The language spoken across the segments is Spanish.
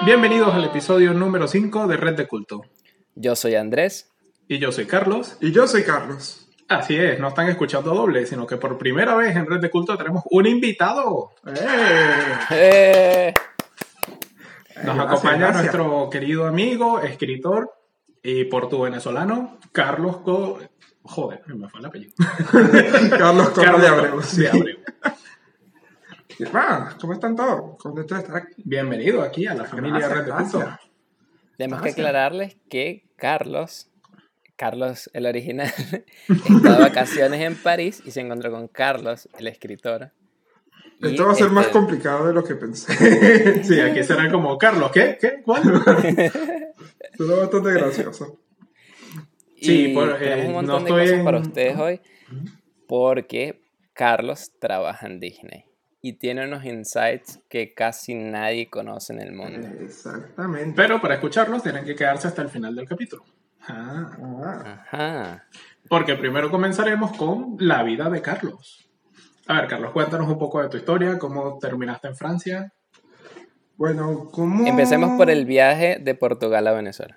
Bienvenidos al episodio número 5 de Red de Culto. Yo soy Andrés. Y yo soy Carlos. Y yo soy Carlos. Así es, no están escuchando doble, sino que por primera vez en Red de Culto tenemos un invitado. Nos acompaña nuestro querido amigo, escritor y portuvenezolano, Carlos Joder, me fue el apellido. Carlos Corro de Abreu. De Abreu. ¿Cómo están todos? Contento de estar aquí. Bienvenido aquí a la familia Red de Culto. Tenemos que aclararles que Carlos el original, está de vacaciones en París y se encontró con Carlos, el escritor. Esto va a ser más complicado de lo que pensé. Sí, aquí será como, Carlos, ¿qué? ¿Cuál? Será bastante gracioso. Sí, tenemos un montón de cosas para ustedes hoy, porque Carlos trabaja en Disney y tiene unos insights que casi nadie conoce en el mundo. Exactamente. Pero para escucharlos tienen que quedarse hasta el final del capítulo. Ajá. Porque primero comenzaremos con la vida de Carlos. A ver, Carlos, cuéntanos un poco de tu historia, cómo terminaste en Francia. Bueno, ¿cómo...? Empecemos por el viaje de Portugal a Venezuela.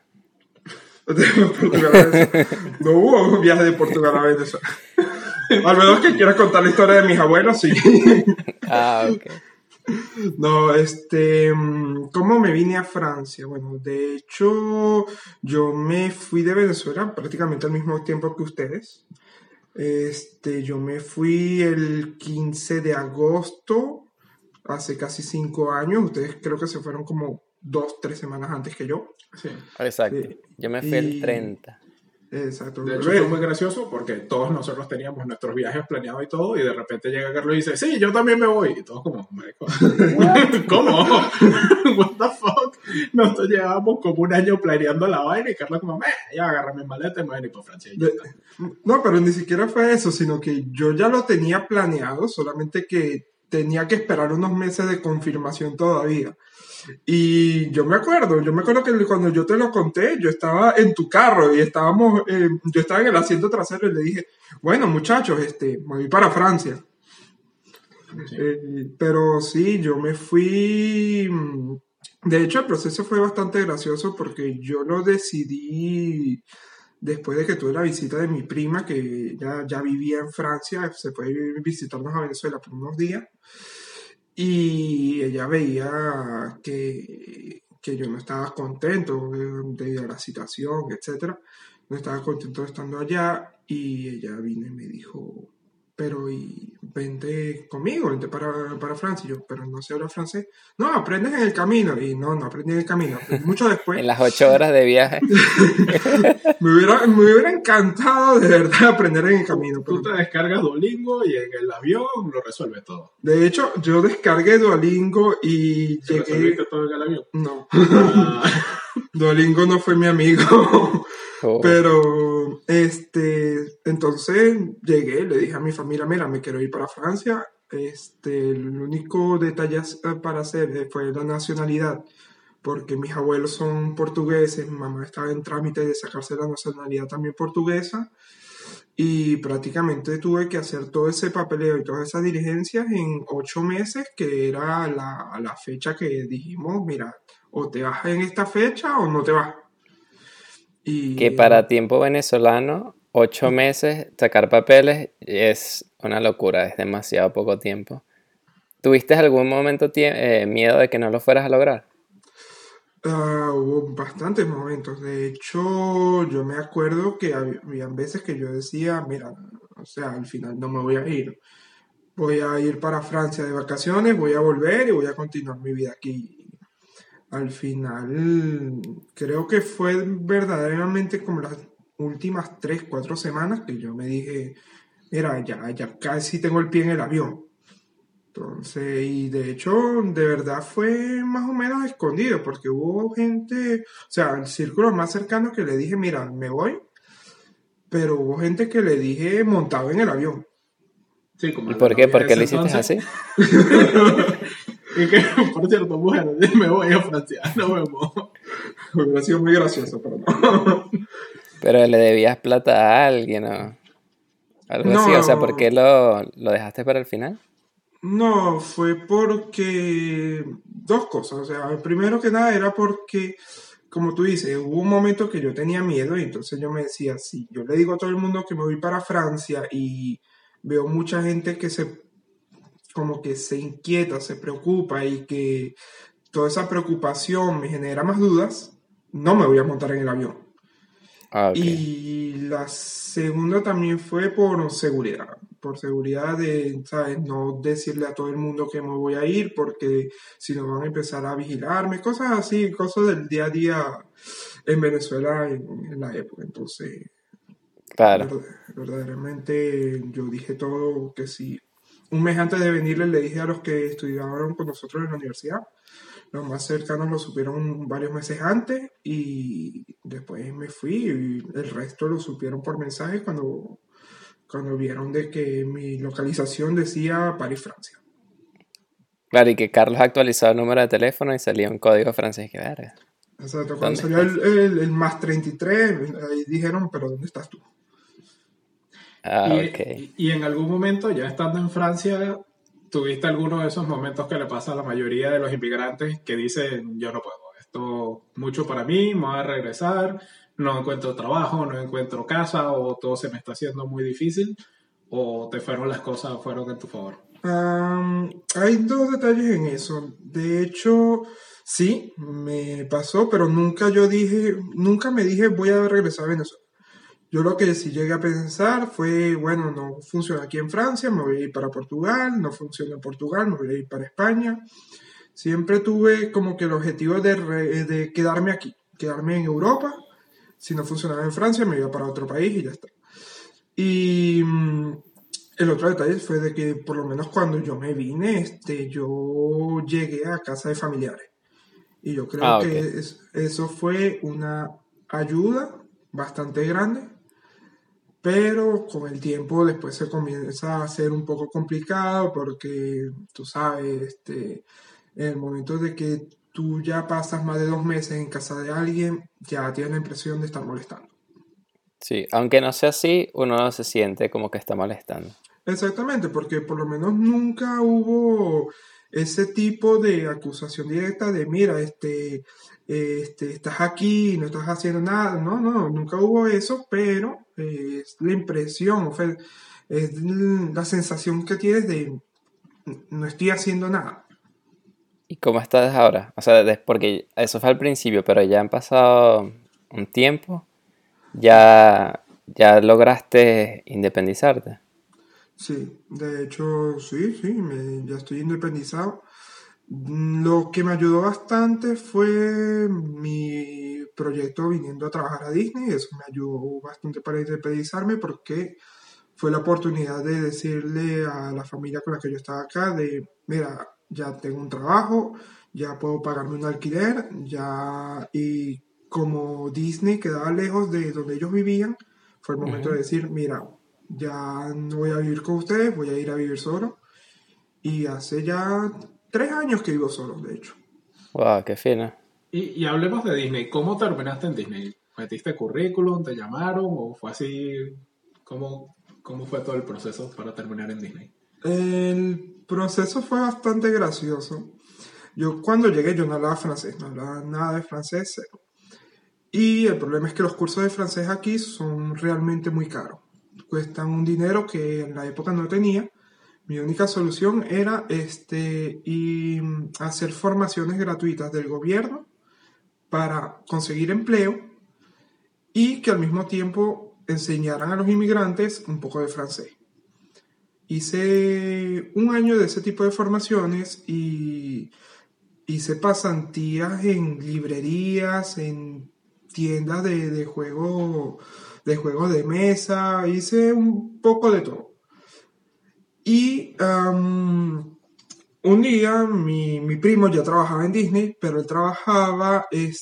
No hubo un viaje de Portugal a Venezuela. Al menos que quieras contar la historia de mis abuelos, sí. Ok. No, ¿cómo me vine a Francia? Bueno, de hecho, yo me fui de Venezuela prácticamente al mismo tiempo que ustedes. Yo me fui el 15 de agosto, hace casi 5 años. Ustedes creo que se fueron como 2-3 semanas antes que yo. Sí. Exacto. Sí. Yo me fui el 30. Exacto. De hecho, fue muy gracioso porque todos nosotros teníamos nuestros viajes planeados y todo, y de repente llega Carlos y dice, sí, yo también me voy. Y todos como, ¿cómo? What the fuck? Nosotros llevábamos como un año planeando la vaina y Carlos como, ya agarra mi maleta y me voy a ir para Francia. Y ya está. No, pero ni siquiera fue eso, sino que yo ya lo tenía planeado, solamente que tenía que esperar unos meses de confirmación todavía. Y yo me acuerdo que cuando yo te lo conté, yo estaba en tu carro y yo estaba en el asiento trasero y le dije, bueno muchachos, me voy para Francia. Sí. Pero sí, yo me fui. De hecho, el proceso fue bastante gracioso porque yo lo decidí después de que tuve la visita de mi prima, que ya vivía en Francia, se fue a visitarnos a Venezuela por unos días. Y ella veía que yo no estaba contento debido a la situación, etc. No estaba contento estando allá y ella vino y me dijo, pero vente conmigo, vente para Francia. Y yo, pero no sé hablar francés. No, aprendes en el camino. Y no aprendí en el camino, aprendí mucho después. En las 8 horas de viaje. me hubiera encantado de verdad aprender en el camino. Tú te descargas Duolingo y en el avión lo resuelve todo. De hecho, yo descargué Duolingo y ¿Te resolviste todo en el avión? No. Duolingo no fue mi amigo. Oh. Pero, entonces llegué, le dije a mi familia, mira, me quiero ir para Francia. El único detalle para hacer fue la nacionalidad, porque mis abuelos son portugueses, mi mamá estaba en trámite de sacarse la nacionalidad también portuguesa, y prácticamente tuve que hacer todo ese papeleo y todas esas diligencias en 8 meses, que era la fecha que dijimos, mira, o te vas en esta fecha o no te vas. Que para tiempo venezolano, 8 meses, sacar papeles es una locura, es demasiado poco tiempo. ¿Tuviste algún momento miedo de que no lo fueras a lograr? Hubo bastantes momentos. De hecho, yo me acuerdo que habían veces que yo decía, mira, o sea, al final no me voy a ir. Voy a ir para Francia de vacaciones, voy a volver y voy a continuar mi vida aquí. Al final, creo que fue verdaderamente como las últimas 3-4 semanas que yo me dije, mira, ya casi tengo el pie en el avión. Entonces, y de hecho, de verdad fue más o menos escondido, porque hubo gente, o sea, el círculo más cercano que le dije, mira, me voy, pero hubo gente que le dije montado en el avión. Sí, como ¿Y por qué? ¿Por qué lo hiciste así? Y que, por cierto, mujer, me voy a Francia, nos vemos. Hubiera sido muy gracioso, pero no. Pero le debías plata a alguien o algo así, o sea, ¿por qué lo dejaste para el final? No, fue porque dos cosas. O sea, primero que nada era porque, como tú dices, hubo un momento que yo tenía miedo y entonces yo me decía, si yo le digo a todo el mundo que me voy para Francia y veo mucha gente que como que se inquieta, se preocupa y que toda esa preocupación me genera más dudas, no me voy a montar en el avión. Ah, ok. Y la segunda también fue por seguridad de, ¿sabes? No decirle a todo el mundo que me voy a ir porque si no van a empezar a vigilarme, cosas así, cosas del día a día en Venezuela en la época. Entonces, Claro. verdaderamente yo dije todo que sí. Un mes antes de venirles le dije a los que estudiaban con nosotros en la universidad. Los más cercanos lo supieron varios meses antes y después me fui y el resto lo supieron por mensaje cuando vieron de que mi localización decía París, Francia. Claro, y que Carlos actualizó el número de teléfono y salía un código francés. Que verga, Exacto, cuando ¿dónde salió estás? el más 33, ahí dijeron, pero ¿dónde estás tú? Ah, Y, ok. y en algún momento, ya estando en Francia, ¿tuviste alguno de esos momentos que le pasa a la mayoría de los inmigrantes que dicen, yo no puedo, esto mucho para mí, me voy a regresar, no encuentro trabajo, no encuentro casa, o todo se me está haciendo muy difícil, o te fueron las cosas, fueron en tu favor? Hay dos detalles en eso. De hecho, sí, me pasó, pero nunca me dije voy a regresar a Venezuela. Yo lo que sí llegué a pensar fue, bueno, no funciona aquí en Francia, me voy a ir para Portugal, no funciona en Portugal, me voy a ir para España. Siempre tuve como que el objetivo de quedarme aquí, quedarme en Europa. Si no funcionaba en Francia, me iba para otro país y ya está. Y el otro detalle fue de que por lo menos cuando yo me vine, yo llegué a casa de familiares. Y yo creo Ah, que ok. eso fue una ayuda bastante grande, pero con el tiempo después se comienza a hacer un poco complicado porque tú sabes, en el momento de que tú ya pasas más de 2 meses en casa de alguien, ya tienes la impresión de estar molestando. Sí, aunque no sea así, uno se siente como que está molestando. Exactamente, porque por lo menos nunca hubo ese tipo de acusación directa de, mira, estás aquí y no estás haciendo nada. No, no, nunca hubo eso, pero es la impresión, es la sensación que tienes de no estoy haciendo nada. ¿Y cómo estás ahora? O sea, porque eso fue al principio, pero ya han pasado un tiempo, ya lograste independizarte. Sí, de hecho, sí, sí, ya estoy independizado. Lo que me ayudó bastante fue mi proyecto viniendo a trabajar a Disney. Eso me ayudó bastante para independizarme porque fue la oportunidad de decirle a la familia con la que yo estaba acá de, mira, ya tengo un trabajo, ya puedo pagarme un alquiler, ya, y como Disney quedaba lejos de donde ellos vivían, fue el momento de Ujú. decir, mira, ya no voy a vivir con ustedes, voy a ir a vivir solo. Y hace ya 3 años que vivo solo, de hecho. Wow, qué fino. Y hablemos de Disney, ¿cómo terminaste en Disney? ¿Metiste currículum, te llamaron, o fue así? ¿Cómo fue todo el proceso para terminar en Disney? El proceso fue bastante gracioso. Yo cuando llegué yo no hablaba francés, no hablaba nada de francés, cero. Y el problema es que los cursos de francés aquí son realmente muy caros. Cuestan un dinero que en la época no tenía. Mi única solución era y hacer formaciones gratuitas del gobierno para conseguir empleo y que al mismo tiempo enseñaran a los inmigrantes un poco de francés. Hice un año de ese tipo de formaciones y hice pasantías en librerías, en tiendas de juegos de mesa, hice un poco de todo. Y un día mi primo ya trabajaba en Disney, pero él trabajaba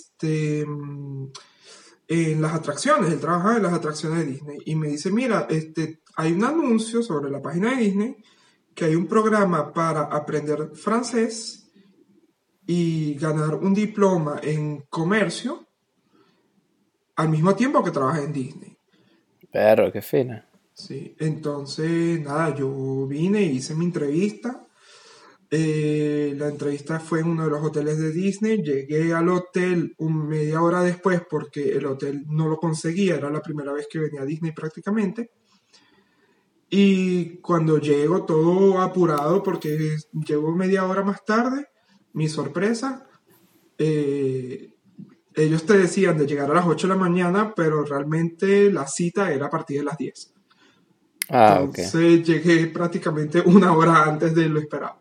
en las atracciones, él trabajaba en las atracciones de Disney y me dice, mira, hay un anuncio sobre la página de Disney que hay un programa para aprender francés y ganar un diploma en comercio al mismo tiempo que trabajas en Disney. Pero, qué fino. Sí, entonces nada, yo vine, hice mi entrevista La entrevista fue en uno de los hoteles de Disney. Llegué al hotel media hora después porque el hotel no lo conseguía. Era la primera vez que venía a Disney prácticamente. Y cuando llego todo apurado porque llego media hora más tarde, mi sorpresa, eh, ellos te decían de llegar a las 8 de la mañana, pero realmente la cita era a partir de las 10. Ah, ok. Entonces llegué prácticamente una hora antes de lo esperado.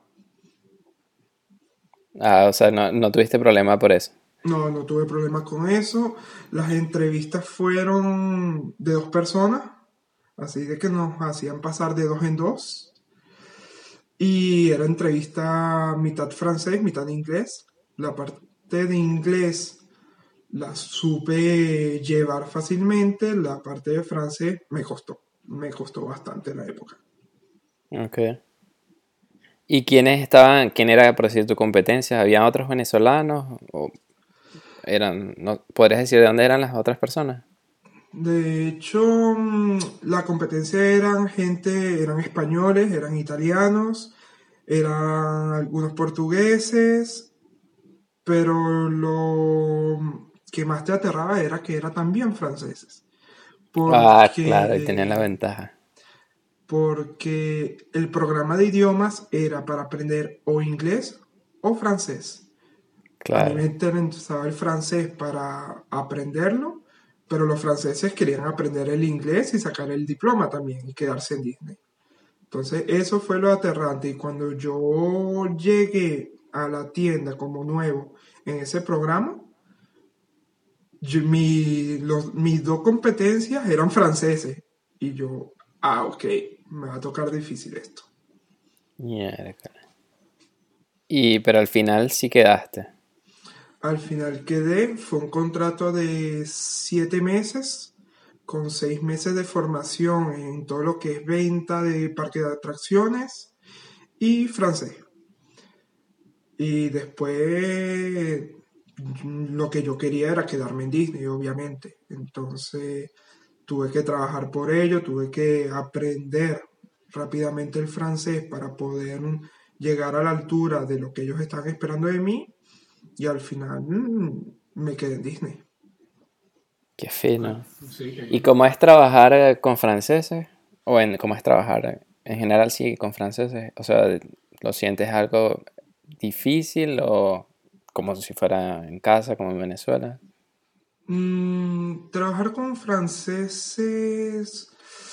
Ah, o sea, no tuviste problema por eso. No, no tuve problemas con eso. Las entrevistas fueron de 2 personas, así de que nos hacían pasar de 2 en 2. Y era entrevista mitad francés, mitad inglés. La parte de inglés la supe llevar fácilmente, la parte de francés me costó bastante en la época. Ok. ¿Y quiénes estaban, quién era, por decir, tu competencia? ¿Habían otros venezolanos? ¿O eran, no, podrías decir de dónde eran las otras personas? De hecho, la competencia eran españoles, eran italianos, eran algunos portugueses, pero lo que más te aterraba era que eran también franceses, Ah, claro, y tenían la porque, ventaja. porque el programa de idiomas era para aprender o inglés o francés. A mí me Claro. interesaba el francés para aprenderlo, pero los franceses querían aprender el inglés y sacar el diploma también y quedarse en Disney. Entonces eso fue lo aterrante y cuando yo llegué a la tienda como nuevo en ese programa, mis dos competencias eran franceses y yo, ok, me va a tocar difícil esto. Miércoles. Y, pero al final sí quedaste. Al final quedé, fue un contrato de 7 meses con 6 meses de formación en todo lo que es venta de parque de atracciones y francés. Y después lo que yo quería era quedarme en Disney, obviamente. Entonces tuve que trabajar por ello, tuve que aprender rápidamente el francés para poder llegar a la altura de lo que ellos están esperando de mí y al final me quedé en Disney. Qué Ah, fino. sí, ¿Y cómo es trabajar con franceses? O en, cómo es trabajar en general sí con franceses. O sea, ¿lo sientes algo difícil o como si fuera en casa, como en Venezuela? Trabajar con franceses,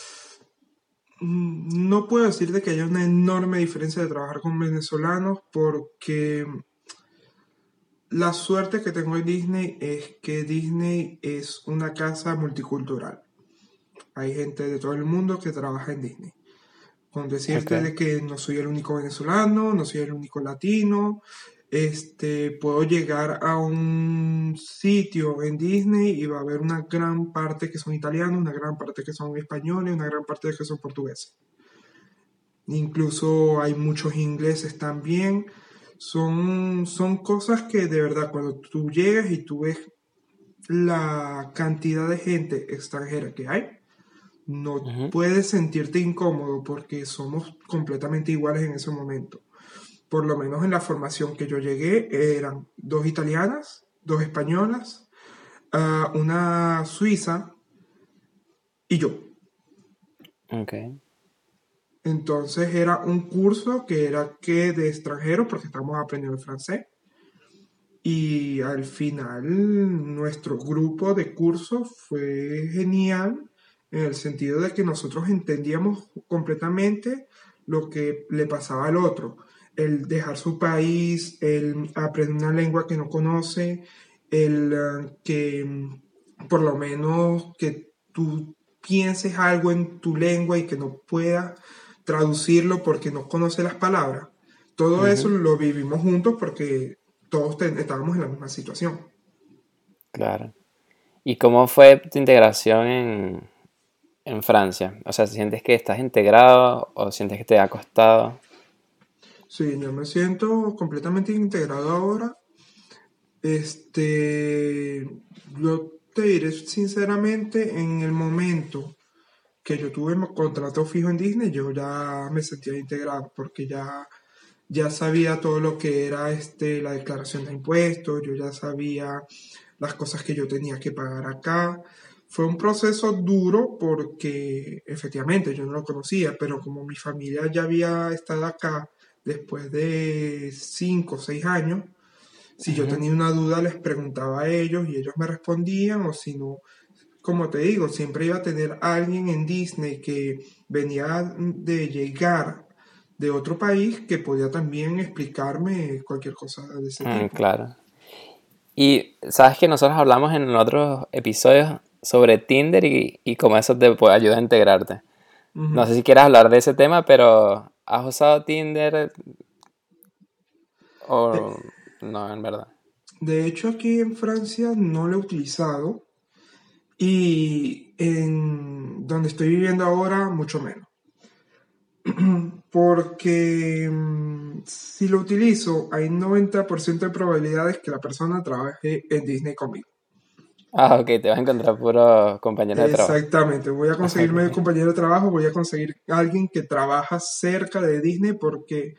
no puedo decir de que haya una enorme diferencia de trabajar con venezolanos porque la suerte que tengo en Disney es que Disney es una casa multicultural. Hay gente de todo el mundo que trabaja en Disney. Con Ok. decirte de que no soy el único venezolano, no soy el único latino, puedo llegar a un sitio en Disney y va a haber una gran parte que son italianos, una gran parte que son españoles, una gran parte que son portugueses. Incluso hay muchos ingleses también. Son cosas que de verdad cuando tú llegas y tú ves la cantidad de gente extranjera que hay, no Ujú. puedes sentirte incómodo porque somos completamente iguales en ese momento. Por lo menos en la formación que yo llegué eran 2 italianas, 2 españolas, una suiza y yo. Ok. Entonces era un curso que era que de extranjeros porque estábamos aprendiendo el francés. Y al final nuestro grupo de curso fue genial en el sentido de que nosotros entendíamos completamente lo que le pasaba al otro. El dejar su país, el aprender una lengua que no conoce, el que por lo menos que tú pienses algo en tu lengua y que no puedas traducirlo porque no conoce las palabras. Todo eso Ujú. lo vivimos juntos porque todos estábamos en la misma situación. Claro. ¿Y cómo fue tu integración en Francia? O sea, ¿sientes que estás integrado o sientes que te ha costado? Sí, yo me siento completamente integrado ahora. Yo te diré sinceramente, en el momento que yo tuve mi contrato fijo en Disney, yo ya me sentía integrado porque ya ya sabía todo lo que era la declaración de impuestos, yo ya sabía las cosas que yo tenía que pagar acá. Fue un proceso duro porque efectivamente yo no lo conocía, pero como mi familia ya había estado acá después de 5 o 6 años, si yo tenía una duda les preguntaba a ellos y ellos me respondían, o si no, como te digo, siempre iba a tener alguien en Disney que venía de llegar de otro país que podía también explicarme cualquier cosa de ese tipo. Claro. Y sabes que nosotros hablamos en otros episodios sobre Tinder y cómo eso te puede ayudar a integrarte. No sé si quieres hablar de ese tema, pero ¿has usado Tinder o no, en verdad? De hecho, aquí en Francia no lo he utilizado y en donde estoy viviendo ahora mucho menos. Porque si lo utilizo, hay 90% de probabilidades que la persona trabaje en Disney conmigo. Ah, ok, te vas a encontrar puros compañeros de trabajo. Exactamente, voy a conseguirme un Ok. compañero de trabajo, voy a conseguir a alguien que trabaja cerca de Disney porque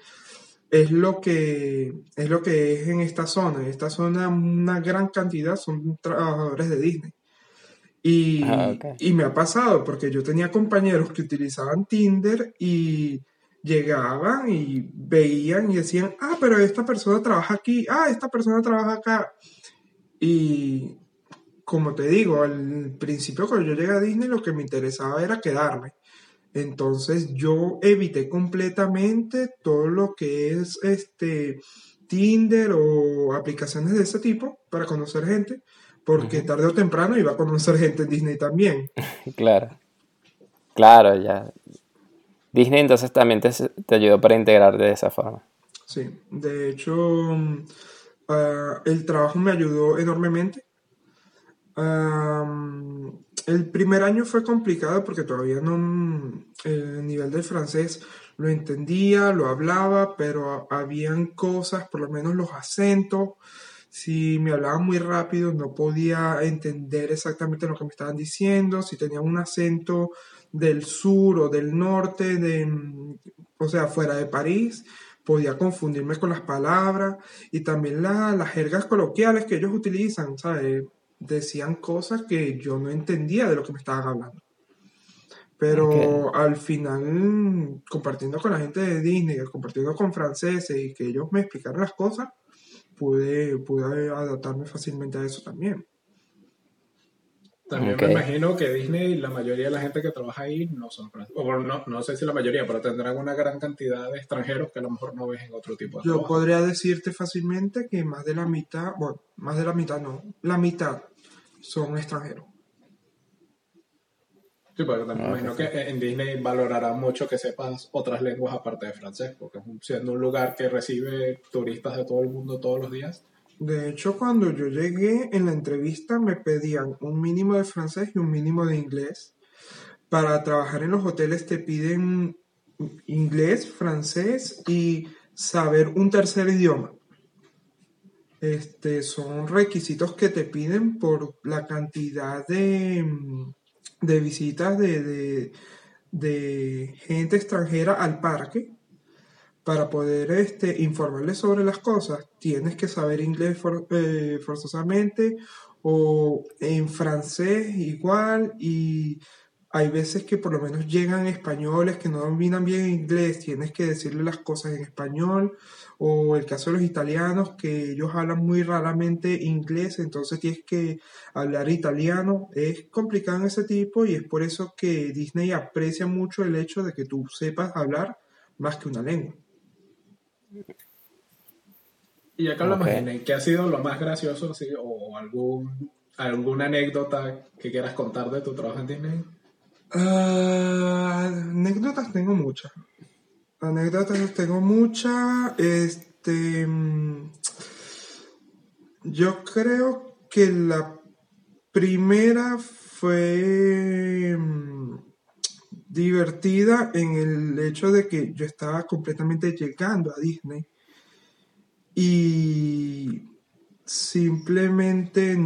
es lo que es en esta zona. En esta zona una gran cantidad son trabajadores de Disney. Ah, ok. Y me ha pasado porque yo tenía compañeros que utilizaban Tinder y llegaban y veían y decían, ah, pero esta persona trabaja aquí, ah, esta persona trabaja acá. Y como te digo, al principio cuando yo llegué a Disney lo que me interesaba era quedarme. Entonces yo evité completamente todo lo que es Tinder o aplicaciones de ese tipo para conocer gente, porque tarde o temprano iba a conocer gente en Disney también. Claro, claro, ya. Disney entonces también te ayudó para integrarte de esa forma. Sí, de hecho, el trabajo me ayudó enormemente. El primer año fue complicado porque todavía no, el nivel de francés lo entendía, lo hablaba, pero habían cosas, por lo menos los acentos. Si me hablaban muy rápido, no podía entender exactamente lo que me estaban diciendo. Si tenían un acento del sur o del norte, o sea, fuera de París, podía confundirme con las palabras y también las jergas coloquiales que ellos utilizan, ¿sabes? Decían cosas que yo no entendía de lo que me estaban hablando. Okay. Pero al final, compartiendo con la gente de Disney, compartiendo con franceses y que ellos me explicaron las cosas, pude adaptarme fácilmente a eso también. También me Okay. imagino que Disney, la mayoría de la gente que trabaja ahí no son franceses. O bueno, no sé si la mayoría, pero tendrán una gran cantidad de extranjeros que a lo mejor no ves en otro tipo de Yo trabajo. podría decirte fácilmente que más de la mitad, bueno, más de la mitad no, la mitad son extranjeros. Sí, porque también me imagino que Okay. en Disney valorará mucho que sepas otras lenguas aparte de francés, porque siendo un lugar que recibe turistas de todo el mundo todos los días. De hecho, cuando yo llegué en la entrevista me pedían un mínimo de francés y un mínimo de inglés. Para trabajar en los hoteles te piden inglés, francés y saber un tercer idioma. Son requisitos que te piden por la cantidad de visitas de gente extranjera al parque. Para poder informarles sobre las cosas, tienes que saber inglés forzosamente o en francés igual y hay veces que por lo menos llegan españoles que no dominan bien inglés, tienes que decirle las cosas en español o el caso de los italianos que ellos hablan muy raramente inglés, entonces tienes que hablar italiano. Es complicado en ese tipo y es por eso que Disney aprecia mucho el hecho de que tú sepas hablar más que una lengua. Y ya que hablamos de Okay. Disney, ¿qué ha sido lo más gracioso así, o alguna anécdota que quieras contar de tu trabajo en Disney? Anécdotas tengo muchas. Anécdotas tengo muchas. Yo creo que la primera fue divertida en el hecho de que yo estaba completamente llegando a Disney y simplemente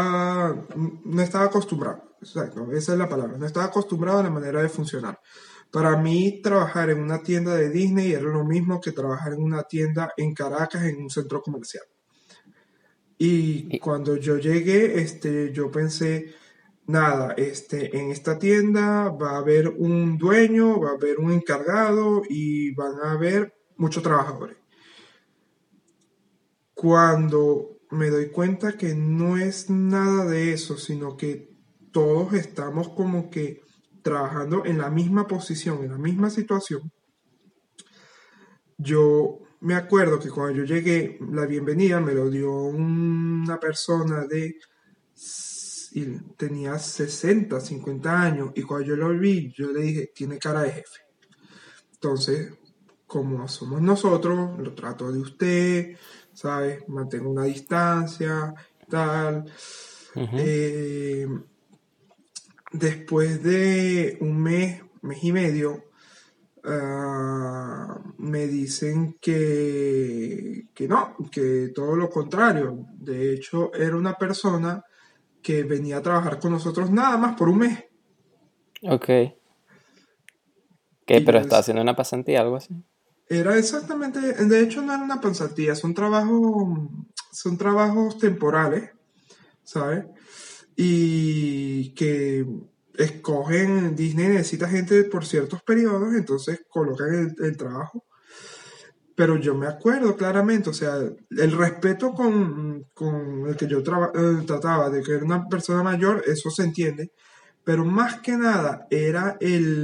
no estaba acostumbrado. Exacto, esa es la palabra. No estaba acostumbrado a la manera de funcionar. Para mí, trabajar en una tienda de Disney era lo mismo que trabajar en una tienda en Caracas, en un centro comercial. Y cuando yo llegué, yo pensé, nada, en esta tienda va a haber un dueño, va a haber un encargado y van a haber muchos trabajadores. Cuando me doy cuenta que no es nada de eso, sino que todos estamos como que trabajando en la misma posición, en la misma situación, yo me acuerdo que cuando yo llegué, la bienvenida me lo dio una persona y tenía 60, 50 años, y cuando yo lo vi, yo le dije, tiene cara de jefe. Entonces, como somos nosotros, lo trato de usted, ¿sabes? Mantengo una distancia, tal. Después de un mes y medio, me dicen que no, que todo lo contrario. De hecho, era una persona que venía a trabajar con nosotros nada más por un mes. Ok. ¿Qué? ¿Pero estaba haciendo una pasantía, algo así? Era exactamente, de hecho no era una pasantía, son trabajos temporales, ¿sabes? Y que escogen, Disney necesita gente por ciertos periodos, entonces colocan el trabajo. Pero yo me acuerdo claramente, o sea, el respeto con el que yo trataba, de que era una persona mayor, eso se entiende, pero más que nada era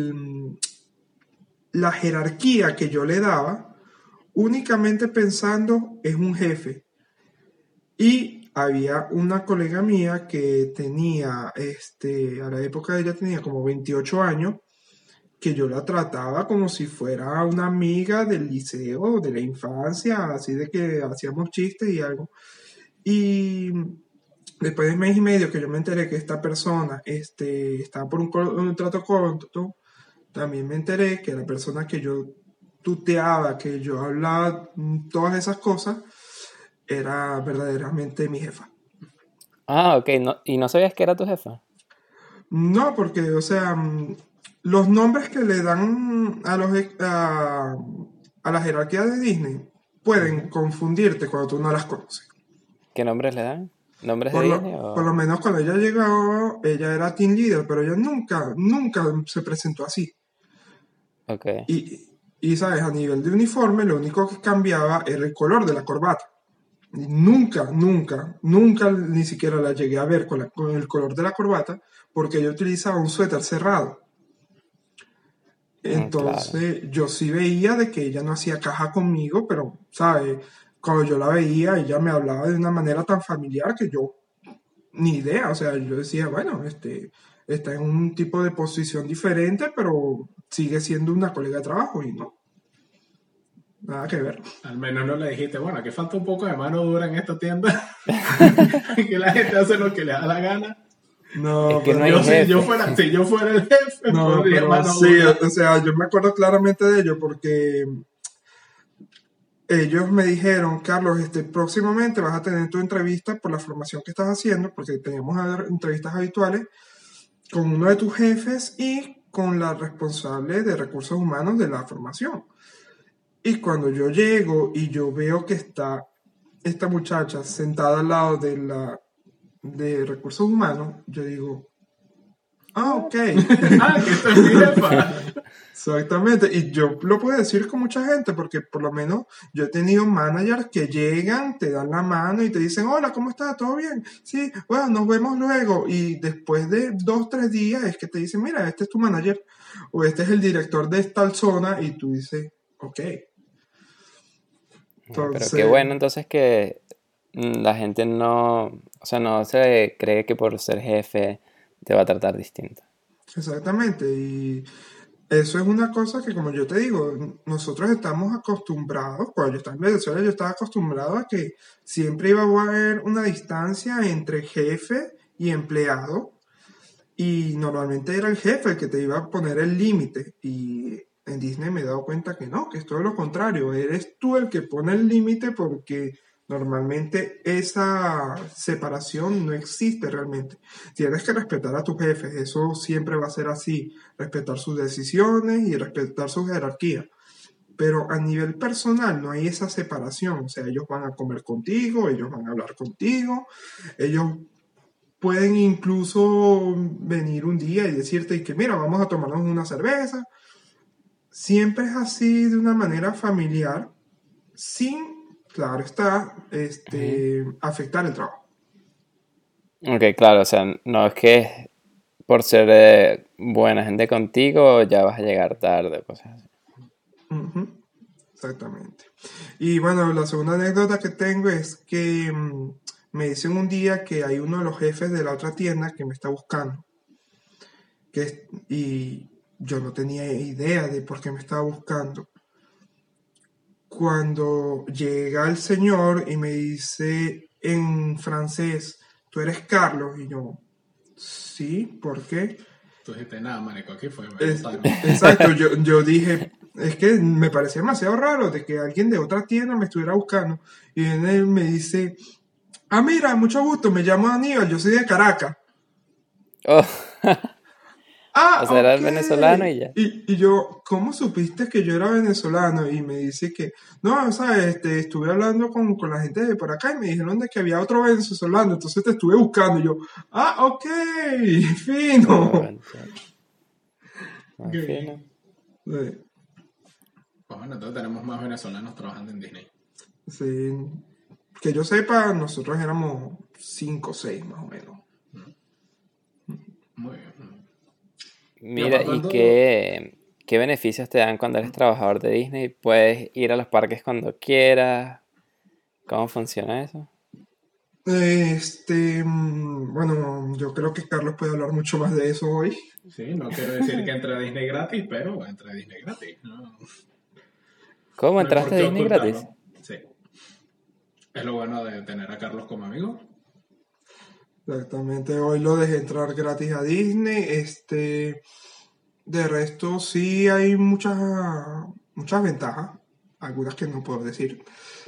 la jerarquía que yo le daba, únicamente pensando es un jefe. Y había una colega mía que tenía, a la época ella tenía como 28 años, que yo la trataba como si fuera una amiga del liceo, de la infancia, así de que hacíamos chistes y algo. Y después de mes y medio que yo me enteré que esta persona estaba por un trato corto, también me enteré que la persona que yo tuteaba, que yo hablaba todas esas cosas, era verdaderamente mi jefa. Ah, ok. ¿Y no sabías que era tu jefa? No, porque, o sea, los nombres que le dan a la jerarquía de Disney pueden confundirte cuando tú no las conoces. ¿Qué nombres le dan? ¿Nombres de Disney Por lo menos cuando ella llegó, ella era team leader, pero ella nunca se presentó así. Ok. Y, sabes, a nivel de uniforme, lo único que cambiaba era el color de la corbata. Y nunca ni siquiera la llegué a ver con el color de la corbata, porque ella utilizaba un suéter cerrado. Entonces, claro. yo sí veía de que ella no hacía caja conmigo, pero, ¿sabes? Cuando yo la veía, ella me hablaba de una manera tan familiar que yo ni idea. O sea, yo decía, bueno, está en un tipo de posición diferente, pero sigue siendo una colega de trabajo y no. Nada que ver. Al menos no le dijiste, bueno, aquí falta un poco de mano dura en esta tienda. Que la gente hace lo que le da la gana. No, es que no hay si yo fuera el jefe, no, podría pero mano sí, dura. o sea, yo me acuerdo claramente de ello porque ellos me dijeron, Carlos, próximamente vas a tener tu entrevista por la formación que estás haciendo, porque teníamos entrevistas habituales con uno de tus jefes y con la responsable de recursos humanos de la formación. Y cuando yo llego y yo veo que está esta muchacha sentada al lado de recursos humanos, yo digo, ok. Que esto es mi jefa. Exactamente, y yo lo puedo decir con mucha gente porque por lo menos yo he tenido managers que llegan, te dan la mano y te dicen, hola, ¿cómo estás? ¿Todo bien? Sí, bueno, nos vemos luego. Y después de 2-3 días es que te dicen, mira, este es tu manager o este es el director de tal zona y tú dices, ok. Pero qué bueno entonces que la gente no, o sea, no se cree que por ser jefe te va a tratar distinto. Exactamente, y eso es una cosa que, como yo te digo, nosotros estamos acostumbrados, cuando yo estaba en Venezuela, yo estaba acostumbrado a que siempre iba a haber una distancia entre jefe y empleado, y normalmente era el jefe el que te iba a poner el límite, y en Disney me he dado cuenta que no, que es todo lo contrario, eres tú el que pone el límite porque Normalmente esa separación no existe realmente. Tienes que respetar a tus jefes, eso siempre va a ser así, respetar sus decisiones y respetar su jerarquía. Pero a nivel personal no hay esa separación, o sea, ellos van a comer contigo, ellos van a hablar contigo, ellos pueden incluso venir un día y decirte que mira, vamos a tomarnos una cerveza. Siempre es así de una manera familiar, sin, claro está, afectar el trabajo. Ok, claro, o sea, no es que por ser buena gente contigo ya vas a llegar tarde, cosas así. Uh-huh. Exactamente. Y bueno, la segunda anécdota que tengo es que me dicen un día que hay uno de los jefes de la otra tienda que me está buscando. Y yo no tenía idea de por qué me estaba buscando. Cuando llega el señor y me dice en francés, ¿tú eres Carlos? Y yo, sí, ¿por qué? Tú dijiste, nada, marico, aquí fue, exacto, yo dije, es que me parecía demasiado raro de que alguien de otra tienda me estuviera buscando. Y él me dice, mira, mucho gusto, me llamo Aníbal, yo soy de Caracas. Oh. O sea, era el Ok. venezolano y ya. Y yo, ¿cómo supiste que yo era venezolano? Y me dice que, no, ¿sabes? Estuve hablando con la gente de por acá y me dijeron de que había otro venezolano, entonces te estuve buscando. Y yo, ok, fino. Fino. Sí. Bueno, entonces tenemos más venezolanos trabajando en Disney. Sí. Que yo sepa, nosotros éramos 5 o 6 más o menos. Muy bien. Mira, ¿y qué beneficios te dan cuando eres trabajador de Disney? ¿Puedes ir a los parques cuando quieras? ¿Cómo funciona eso? Bueno, yo creo que Carlos puede hablar mucho más de eso hoy. Sí, no quiero decir que entre a Disney gratis, pero entré a Disney gratis. No. ¿Cómo No entraste a Disney gratis? Sí. Es lo bueno de tener a Carlos como amigo. Exactamente, hoy lo dejé entrar gratis a Disney. De resto sí hay muchas ventajas, algunas que no puedo decir.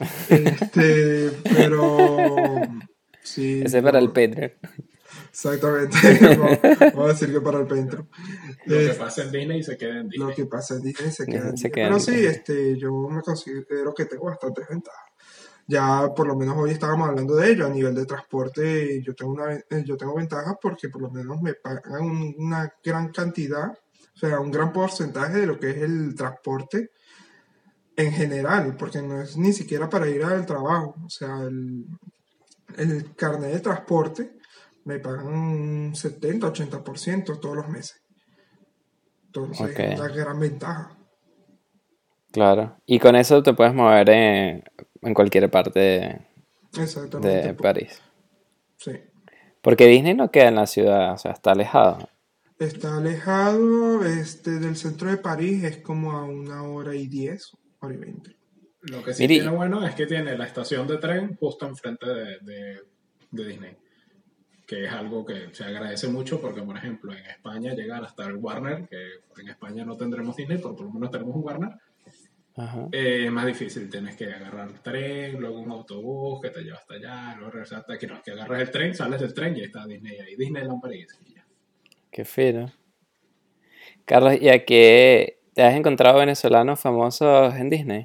Pero sí. Ese es para el Patreon. Exactamente, vamos a decir que para el Patreon. Lo que pasa en Disney se queda en Disney. Lo que pasa en Disney se queda en Se Disney. queda Pero en sí, Disney. yo me considero que tengo bastantes ventajas. Ya por lo menos hoy estábamos hablando de ello. A nivel de transporte, yo tengo ventajas porque por lo menos me pagan una gran cantidad, o sea, un gran porcentaje de lo que es el transporte en general, porque no es ni siquiera para ir al trabajo. O sea, el carnet de transporte me pagan un 70-80% todos los meses. Entonces Okay. es una gran ventaja. Claro. Y con eso te puedes mover en cualquier parte de París. Sí. Porque Disney no queda en la ciudad, o sea, está alejado. Está alejado del centro de París, es como a 1 hora y 10, 1 hora y 20. Lo que sí tiene bueno es que tiene la estación de tren justo enfrente de Disney. Que es algo que se agradece mucho porque, por ejemplo, en España llegar hasta el Warner, que en España no tendremos Disney, pero por lo menos tenemos un Warner, es más difícil. Tienes que agarrar el tren, luego un autobús que te lleva hasta allá, luego regresar hasta aquí. No, es que agarras el tren, sales del tren y está Disney ahí. Disneyland París. Y ya. Qué fino. Carlos, ¿y a qué te has encontrado venezolanos famosos en Disney?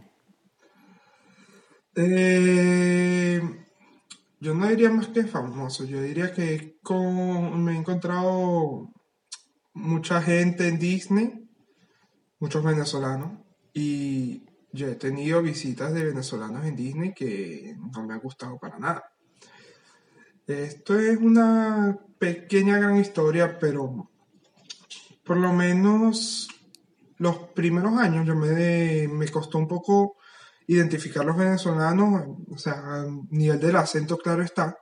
Yo no diría más que famoso, yo diría que me he encontrado mucha gente en Disney, muchos venezolanos, y yo he tenido visitas de venezolanos en Disney que no me ha gustado para nada. Esto es una pequeña gran historia, pero por lo menos los primeros años me costó un poco identificar los venezolanos, o sea, a nivel del acento claro está,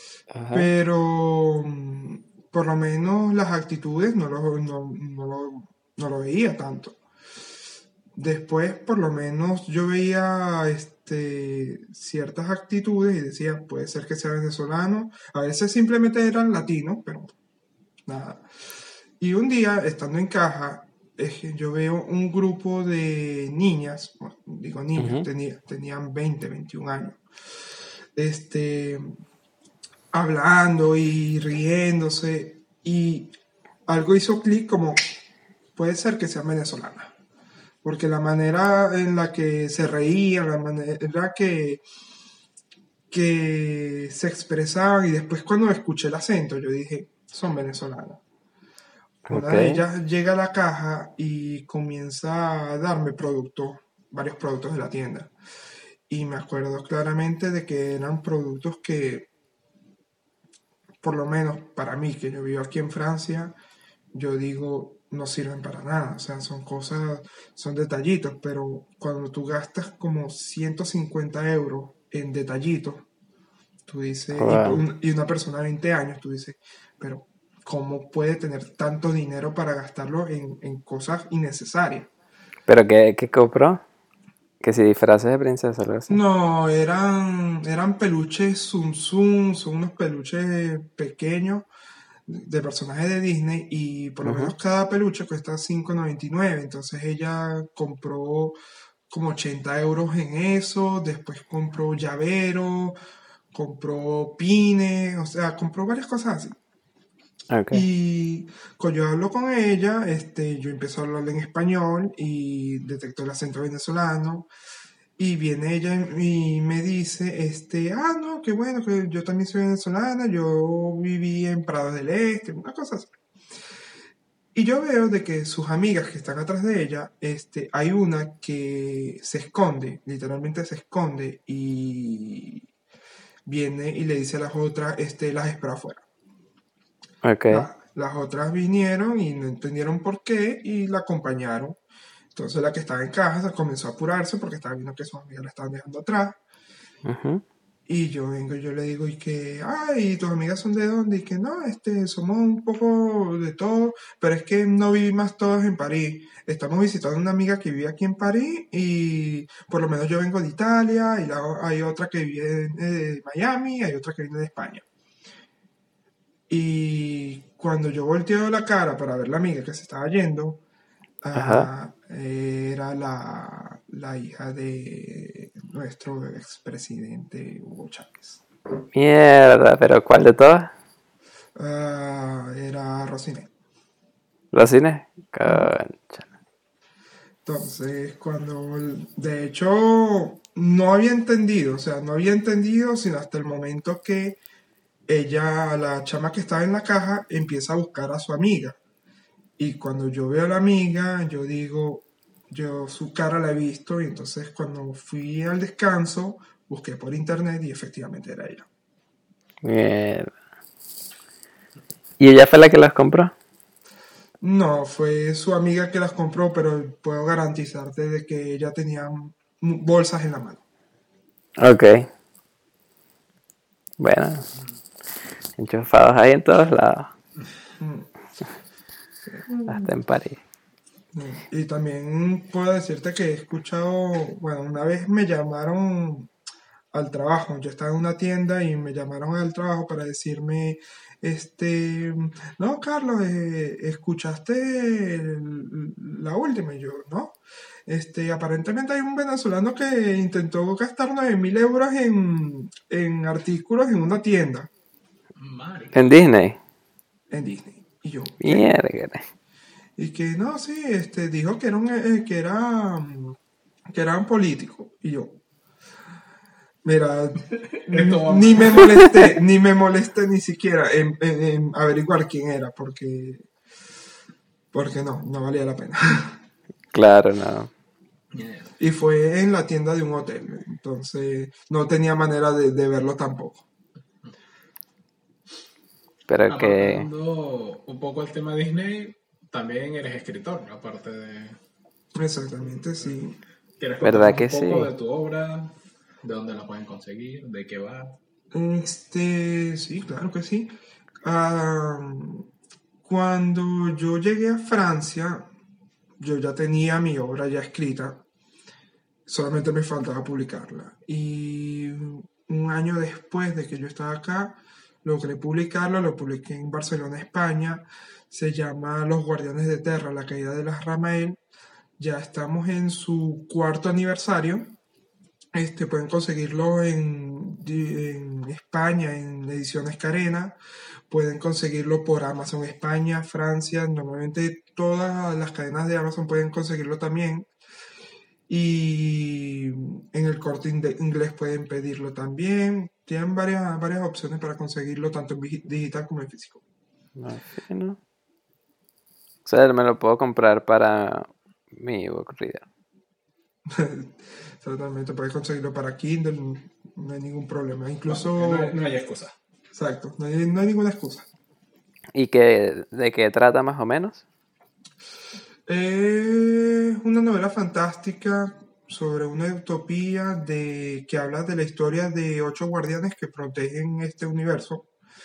pero por lo menos las actitudes no lo veía tanto. Después, por lo menos, yo veía ciertas actitudes y decía, puede ser que sea venezolano. A veces simplemente eran latinos, pero nada. Y un día, estando en caja, yo veo un grupo de niñas, bueno, digo niñas, tenían 20, 21 años. hablando y riéndose, y algo hizo clic como, puede ser que sea venezolana, porque la manera en la que se reía, la manera que se expresaban, y después cuando escuché el acento, yo dije, son venezolanas. Una de Ok. ellas llega a la caja y comienza a darme productos, varios productos de la tienda. Y me acuerdo claramente de que eran productos que, por lo menos para mí, que yo vivo aquí en Francia, yo digo, no sirven para nada. O sea, son cosas, son detallitos, pero cuando tú gastas como 150 euros en detallitos, tú dices, Wow. y una persona de 20 años, tú dices, pero ¿cómo puede tener tanto dinero para gastarlo en cosas innecesarias? ¿Pero qué compró? Que si disfraces de princesa, algo así. No, eran peluches Tsum Tsum, son unos peluches pequeños de personajes de Disney, y por lo menos Ujú. cada peluche cuesta 5,99. Entonces ella compró como 80 euros en eso, después compró llavero, compró pines, o sea, compró varias cosas así. Ok. Y cuando yo hablo con ella, yo empiezo a hablarle en español y detecto el acento venezolano. Y viene ella y me dice, no, qué bueno, que yo también soy venezolana, yo viví en Prados del Este, una cosa así. Y yo veo de que sus amigas que están atrás de ella, hay una que se esconde, literalmente se esconde, y viene y le dice a las otras, las espera afuera. Ok. Las otras vinieron y no entendieron por qué y la acompañaron. Entonces la que estaba en caja se comenzó a apurarse porque estaba viendo que sus amigas la estaban dejando atrás. Ujú. Y yo vengo y yo le digo, y que, ay, ¿tus amigas son de dónde? Y que no, somos un poco de todo, pero es que no vivimos todos en París. Estamos visitando a una amiga que vive aquí en París, y por lo menos yo vengo de Italia, y hay otra que vive de Miami, y hay otra que viene de España. Y cuando yo volteo la cara para ver la amiga que se estaba yendo, Ajá. era la hija de nuestro expresidente Hugo Chávez. Mierda, pero ¿cuál de todas? Era Rosiné. ¿Los cines? Ujú. Concha. Entonces, de hecho, no había entendido, o sea, no había entendido sino hasta el momento que ella, la chama que estaba en la caja, empieza a buscar a su amiga. Y cuando yo veo a la amiga, yo digo, yo su cara la he visto, y entonces cuando fui al descanso, busqué por internet y efectivamente era ella. Mierda. ¿Y ella fue la que los compró? No, fue su amiga que las compró, pero puedo garantizarte de que ella tenía bolsas en la mano. Ok. Bueno, enchufados ahí en todos lados. Mm, sí. Hasta en París. Y también puedo decirte que he escuchado, bueno, una vez me llamaron al trabajo. Yo estaba en una tienda y me llamaron al trabajo para decirme, no, Carlos, ¿escuchaste la última? Y yo, no. Aparentemente hay un venezolano que intentó gastar 9.000 euros en artículos en una tienda Marica. ¿En Disney? en Disney. Y yo, ¿qué? Mierda. Y que no, sí, dijo que era que era un político. Y yo, mira, Esto va ni mal. me molesté, ni siquiera en averiguar quién era, porque no valía la pena. Claro, no. Mierda. Y fue en la tienda de un hotel, entonces no tenía manera de verlo tampoco. Pero que... Apartando un poco el tema Disney, también eres escritor, ¿no? Aparte de... Exactamente, sí. ¿Quieres ¿Verdad contarnos que un poco sí? de tu obra? ¿De dónde la pueden conseguir? ¿De qué va? Sí, claro que sí. Ah, cuando yo llegué a Francia, yo ya tenía mi obra ya escrita, solamente me faltaba publicarla. Y un año después de que yo estaba acá, logré publicarlo, lo publiqué en Barcelona, España. Se llama Los Guardianes de Terra, la caída de las Ramael. Ya estamos en su cuarto aniversario, Pueden conseguirlo en España, en Ediciones Carena. Pueden conseguirlo por Amazon España, Francia. Normalmente todas las cadenas de Amazon pueden conseguirlo también. Y en el Corte Inglés pueden pedirlo también. Tienen varias opciones para conseguirlo, tanto en digital como en físico. No, fino. O sea, me lo puedo comprar para mi ebook reader. Totalmente, puedes conseguirlo para Kindle, no hay ningún problema. Incluso... No hay excusa. Exacto, no hay ninguna excusa. ¿Y de qué trata más o menos? Es una novela fantástica sobre una utopía que habla de la historia de 8 guardianes que protegen este universo.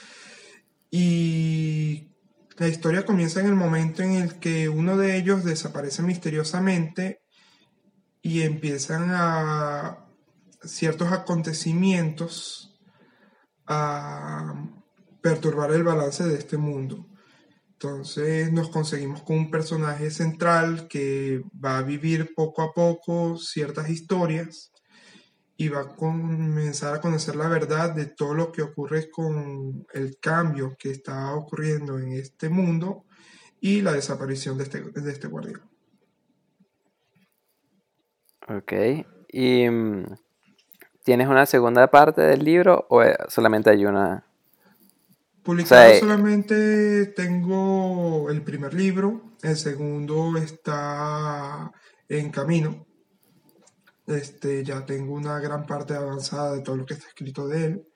Y la historia comienza en el momento en el que uno de ellos desaparece misteriosamente y empiezan a ciertos acontecimientos a perturbar el balance de este mundo. Entonces nos conseguimos con un personaje central que va a vivir poco a poco ciertas historias y va a comenzar a conocer la verdad de todo lo que ocurre con el cambio que está ocurriendo en este mundo y la desaparición de este guardián. Ok. ¿Y tienes una segunda parte del libro o solamente hay una? Publicado solamente tengo el primer libro, el segundo está en camino. Ya tengo una gran parte avanzada de todo lo que está escrito de él.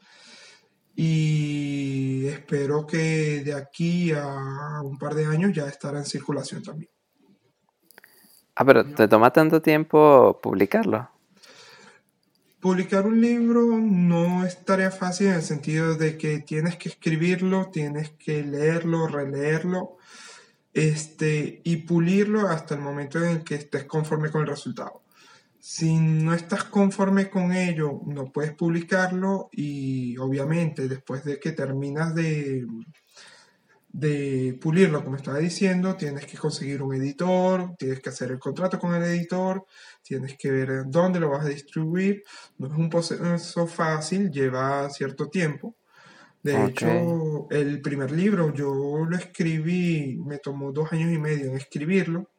Y espero que de aquí a un par de años ya estará en circulación también. Ah, pero ¿te toma tanto tiempo publicarlo? Publicar un libro no es tarea fácil en el sentido de que tienes que escribirlo, tienes que leerlo, releerlo, y pulirlo hasta el momento en el que estés conforme con el resultado. Si no estás conforme con ello, no puedes publicarlo y obviamente después de que terminas de pulirlo, como estaba diciendo, tienes que conseguir un editor, tienes que hacer el contrato con el editor, tienes que ver dónde lo vas a distribuir. No es un proceso fácil, lleva cierto tiempo. De hecho, el primer libro yo lo escribí, me tomó 2 años y medio en escribirlo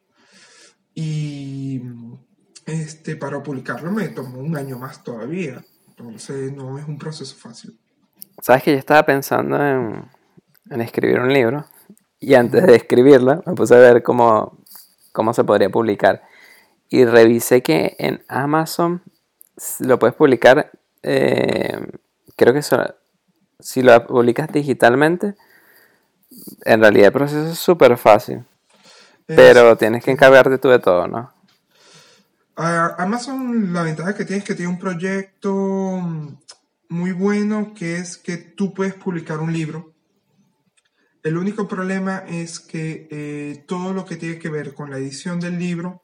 y para publicarlo me tomó 1 año más todavía. Entonces no es un proceso fácil. Sabes que yo estaba pensando en escribir un libro y antes de escribirlo me puse a ver cómo se podría publicar y revisé que en Amazon lo puedes publicar, creo que si lo publicas digitalmente, en realidad el proceso es súper fácil, pero tienes que encargarte tú de todo, ¿no? Amazon, la ventaja que tiene es que tiene un proyecto muy bueno, que es que tú puedes publicar un libro. El único problema es que todo lo que tiene que ver con la edición del libro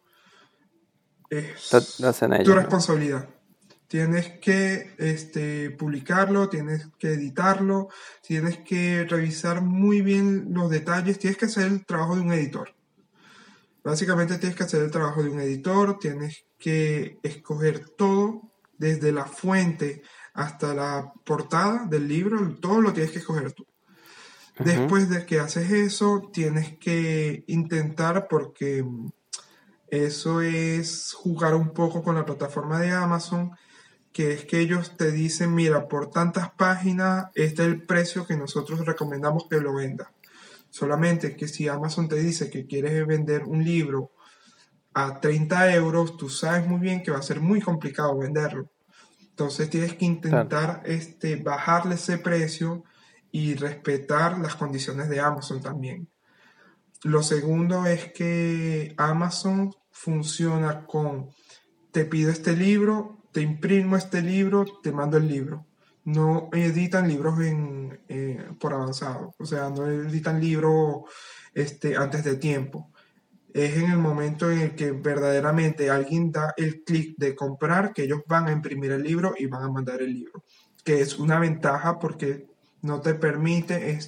es Lo hacen tu ellos, ¿no? responsabilidad. Tienes que publicarlo, tienes que editarlo, tienes que revisar muy bien los detalles, tienes que hacer el trabajo de un editor. Básicamente tienes que hacer el trabajo de un editor, tienes que escoger todo, desde la fuente hasta la portada del libro, todo lo tienes que escoger tú. Después de que haces eso, tienes que intentar, porque eso es jugar un poco con la plataforma de Amazon, que es que ellos te dicen, mira, por tantas páginas, este es el precio que nosotros recomendamos que lo vendas. Solamente que si Amazon te dice que quieres vender un libro a 30 euros, tú sabes muy bien que va a ser muy complicado venderlo. Entonces tienes que intentar bajarle ese precio y respetar las condiciones de Amazon también. Lo segundo es que Amazon funciona con: te pido este libro, te imprimo este libro, te mando el libro. No editan libros por avanzado, o sea, no editan libros antes de tiempo. Es en el momento en el que verdaderamente alguien da el clic de comprar que ellos van a imprimir el libro y van a mandar el libro, que es una ventaja porque no te permite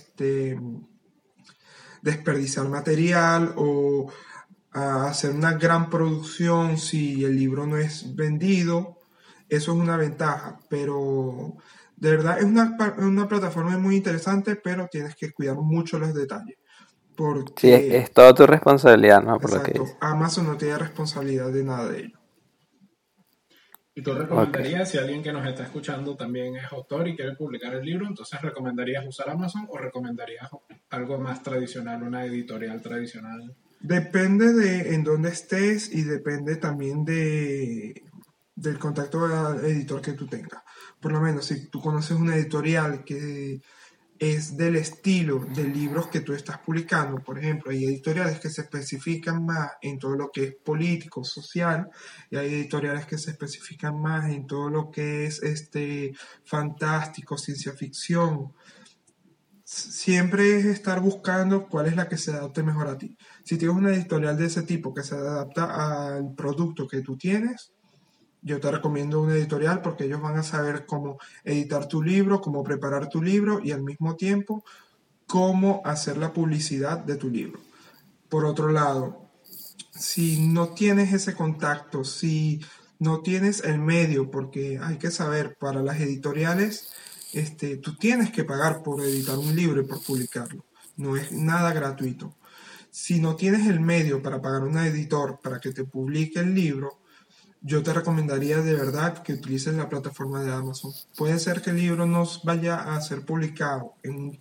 desperdiciar material o hacer una gran producción si el libro no es vendido. eso es una ventaja, pero de verdad es una plataforma muy interesante, pero tienes que cuidar mucho los detalles, Sí, porque, es todo tu responsabilidad, ¿no? Por lo que exacto, dices. Amazon no tiene responsabilidad de nada de ello. ¿Y tú Ok. recomendarías, si alguien que nos está escuchando también es autor y quiere publicar el libro, entonces recomendarías usar Amazon o recomendarías algo más tradicional, una editorial tradicional? Depende de en dónde estés y depende también del contacto editor que tú tengas. Por lo menos, si tú conoces una editorial que es del estilo de libros que tú estás publicando, por ejemplo, hay editoriales que se especifican más en todo lo que es político, social, y hay editoriales que se especifican más en todo lo que es fantástico, ciencia ficción. Siempre es estar buscando cuál es la que se adapte mejor a ti. Si tienes una editorial de ese tipo que se adapta al producto que tú tienes, yo te recomiendo una editorial porque ellos van a saber cómo editar tu libro, cómo preparar tu libro y al mismo tiempo cómo hacer la publicidad de tu libro. Por otro lado, si no tienes ese contacto, si no tienes el medio, porque hay que saber, para las editoriales, tú tienes que pagar por editar un libro y por publicarlo. No es nada gratuito. Si no tienes el medio para pagar a un editor para que te publique el libro, yo te recomendaría de verdad que utilices la plataforma de Amazon. Puede ser que el libro no vaya a ser publicado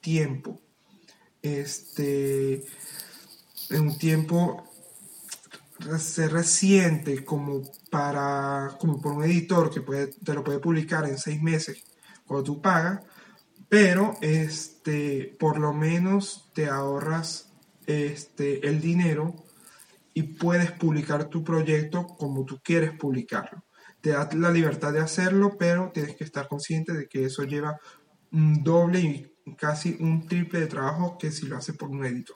este, en un tiempo ser reciente como por un editor que te lo puede publicar en 6 meses cuando tú pagas, pero por lo menos te ahorras el dinero y puedes publicar tu proyecto como tú quieres publicarlo. Te da la libertad de hacerlo, pero tienes que estar consciente de que eso lleva un doble y casi un triple de trabajo que si lo hace por un editor.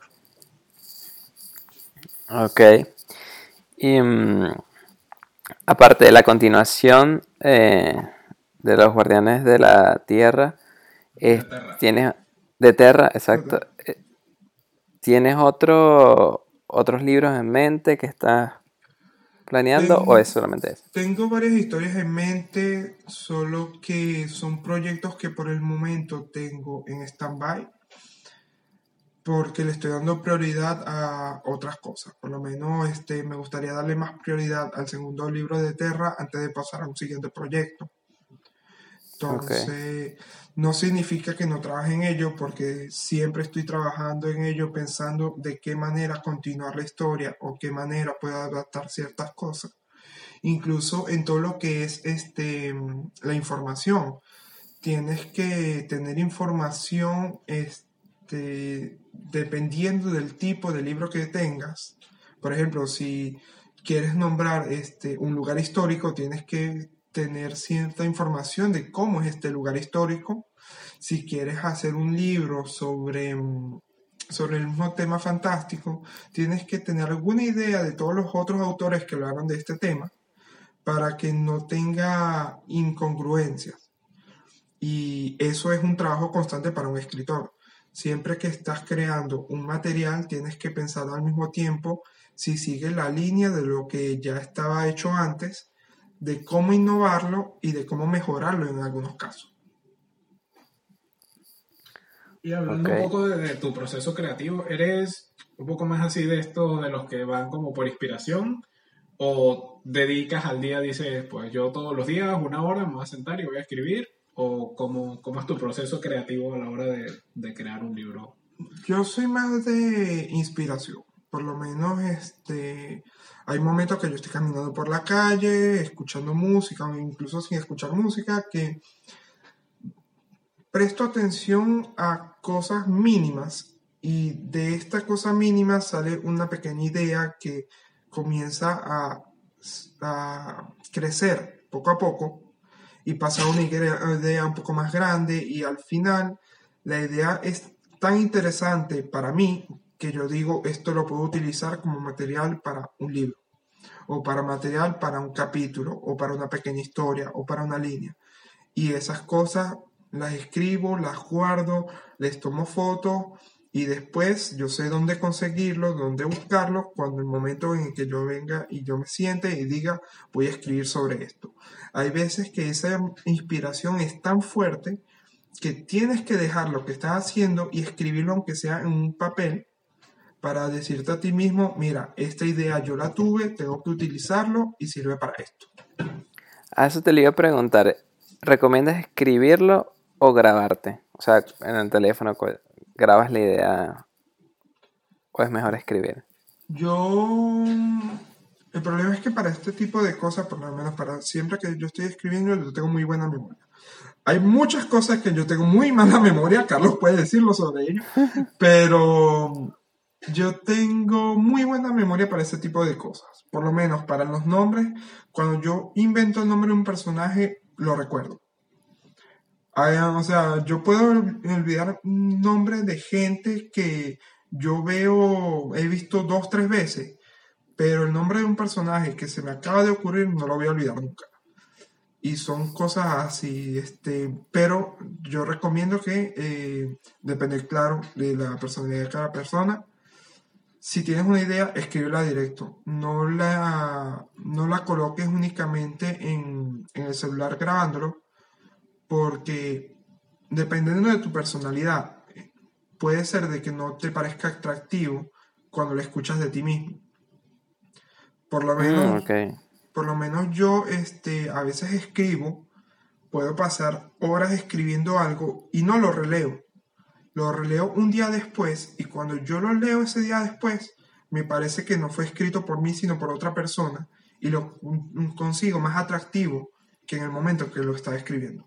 Ok. Y aparte de la continuación de los Guardianes de la Tierra, De es- Terra. tienes de Terra, exacto. ¿Verdad? ¿Tienes otros libros en mente que estás planeando o es Ten- solamente eso? Tengo varias historias en mente, solo que son proyectos que por el momento tengo en stand-by porque le estoy dando prioridad a otras cosas. Por lo menos me gustaría darle más prioridad al segundo libro de Terra antes de pasar a un siguiente proyecto. Ok, Entonces, no significa que no trabaje en ello porque siempre estoy trabajando en ello pensando de qué manera continuar la historia o qué manera puedo adaptar ciertas cosas. Incluso en todo lo que es la información. Tienes que tener información dependiendo del tipo de libro que tengas. Por ejemplo, si quieres nombrar un lugar histórico, tienes que tener cierta información de cómo es este lugar histórico. Si quieres hacer un libro sobre el mismo tema fantástico, tienes que tener alguna idea de todos los otros autores que hablaron de este tema para que no tenga incongruencias. Y eso es un trabajo constante para un escritor. Siempre que estás creando un material, tienes que pensar al mismo tiempo si sigue la línea de lo que ya estaba hecho antes, de cómo innovarlo y de cómo mejorarlo en algunos casos. Y hablando ok. un poco de tu proceso creativo, ¿eres un poco más así de esto de los que van como por inspiración? ¿O dedicas al día, dices, pues yo todos los días, una hora, me voy a sentar y voy a escribir? ¿O cómo es tu proceso creativo a la hora de crear un libro? Yo soy más de inspiración. Por lo menos hay momentos que yo estoy caminando por la calle, escuchando música, o incluso sin escuchar música, que presto atención a cosas mínimas y de esta cosa mínima sale una pequeña idea que comienza a crecer poco a poco y pasa a una idea un poco más grande y al final la idea es tan interesante para mí que yo digo esto lo puedo utilizar como material para un libro o para material para un capítulo o para una pequeña historia o para una línea y esas cosas las escribo, las guardo, les tomo fotos y después yo sé dónde conseguirlo, dónde buscarlo, cuando el momento en el que yo venga y yo me siente y diga, voy a escribir sobre esto. Hay veces que esa inspiración es tan fuerte que tienes que dejar lo que estás haciendo y escribirlo aunque sea en un papel para decirte a ti mismo, mira, esta idea yo la tuve, tengo que utilizarlo y sirve para esto. A eso te lo iba a preguntar. ¿Recomiendas escribirlo o grabarte? O sea, en el teléfono grabas la idea o es mejor escribir. El problema es que para este tipo de cosas, por lo menos para siempre que yo estoy escribiendo, yo tengo muy buena memoria. Hay muchas cosas que yo tengo muy mala memoria, Carlos puede decirlo sobre ello, pero yo tengo muy buena memoria para ese tipo de cosas. Por lo menos para los nombres, cuando yo invento el nombre de un personaje, lo recuerdo. O sea, yo puedo olvidar nombres de gente que yo he visto 2, 3 veces, pero el nombre de un personaje que se me acaba de ocurrir no lo voy a olvidar nunca. Y son cosas así, pero yo recomiendo que, depende, claro, de la personalidad de cada persona. Si tienes una idea, escríbela directo. No la coloques únicamente en el celular grabándolo, porque dependiendo de tu personalidad, puede ser de que no te parezca atractivo cuando lo escuchas de ti mismo. Por lo menos, Okay. por lo menos yo a veces escribo, puedo pasar horas escribiendo algo y no lo releo. Lo releo un día después y cuando yo lo leo ese día después, me parece que no fue escrito por mí, sino por otra persona y lo consigo más atractivo que en el momento que lo estaba escribiendo.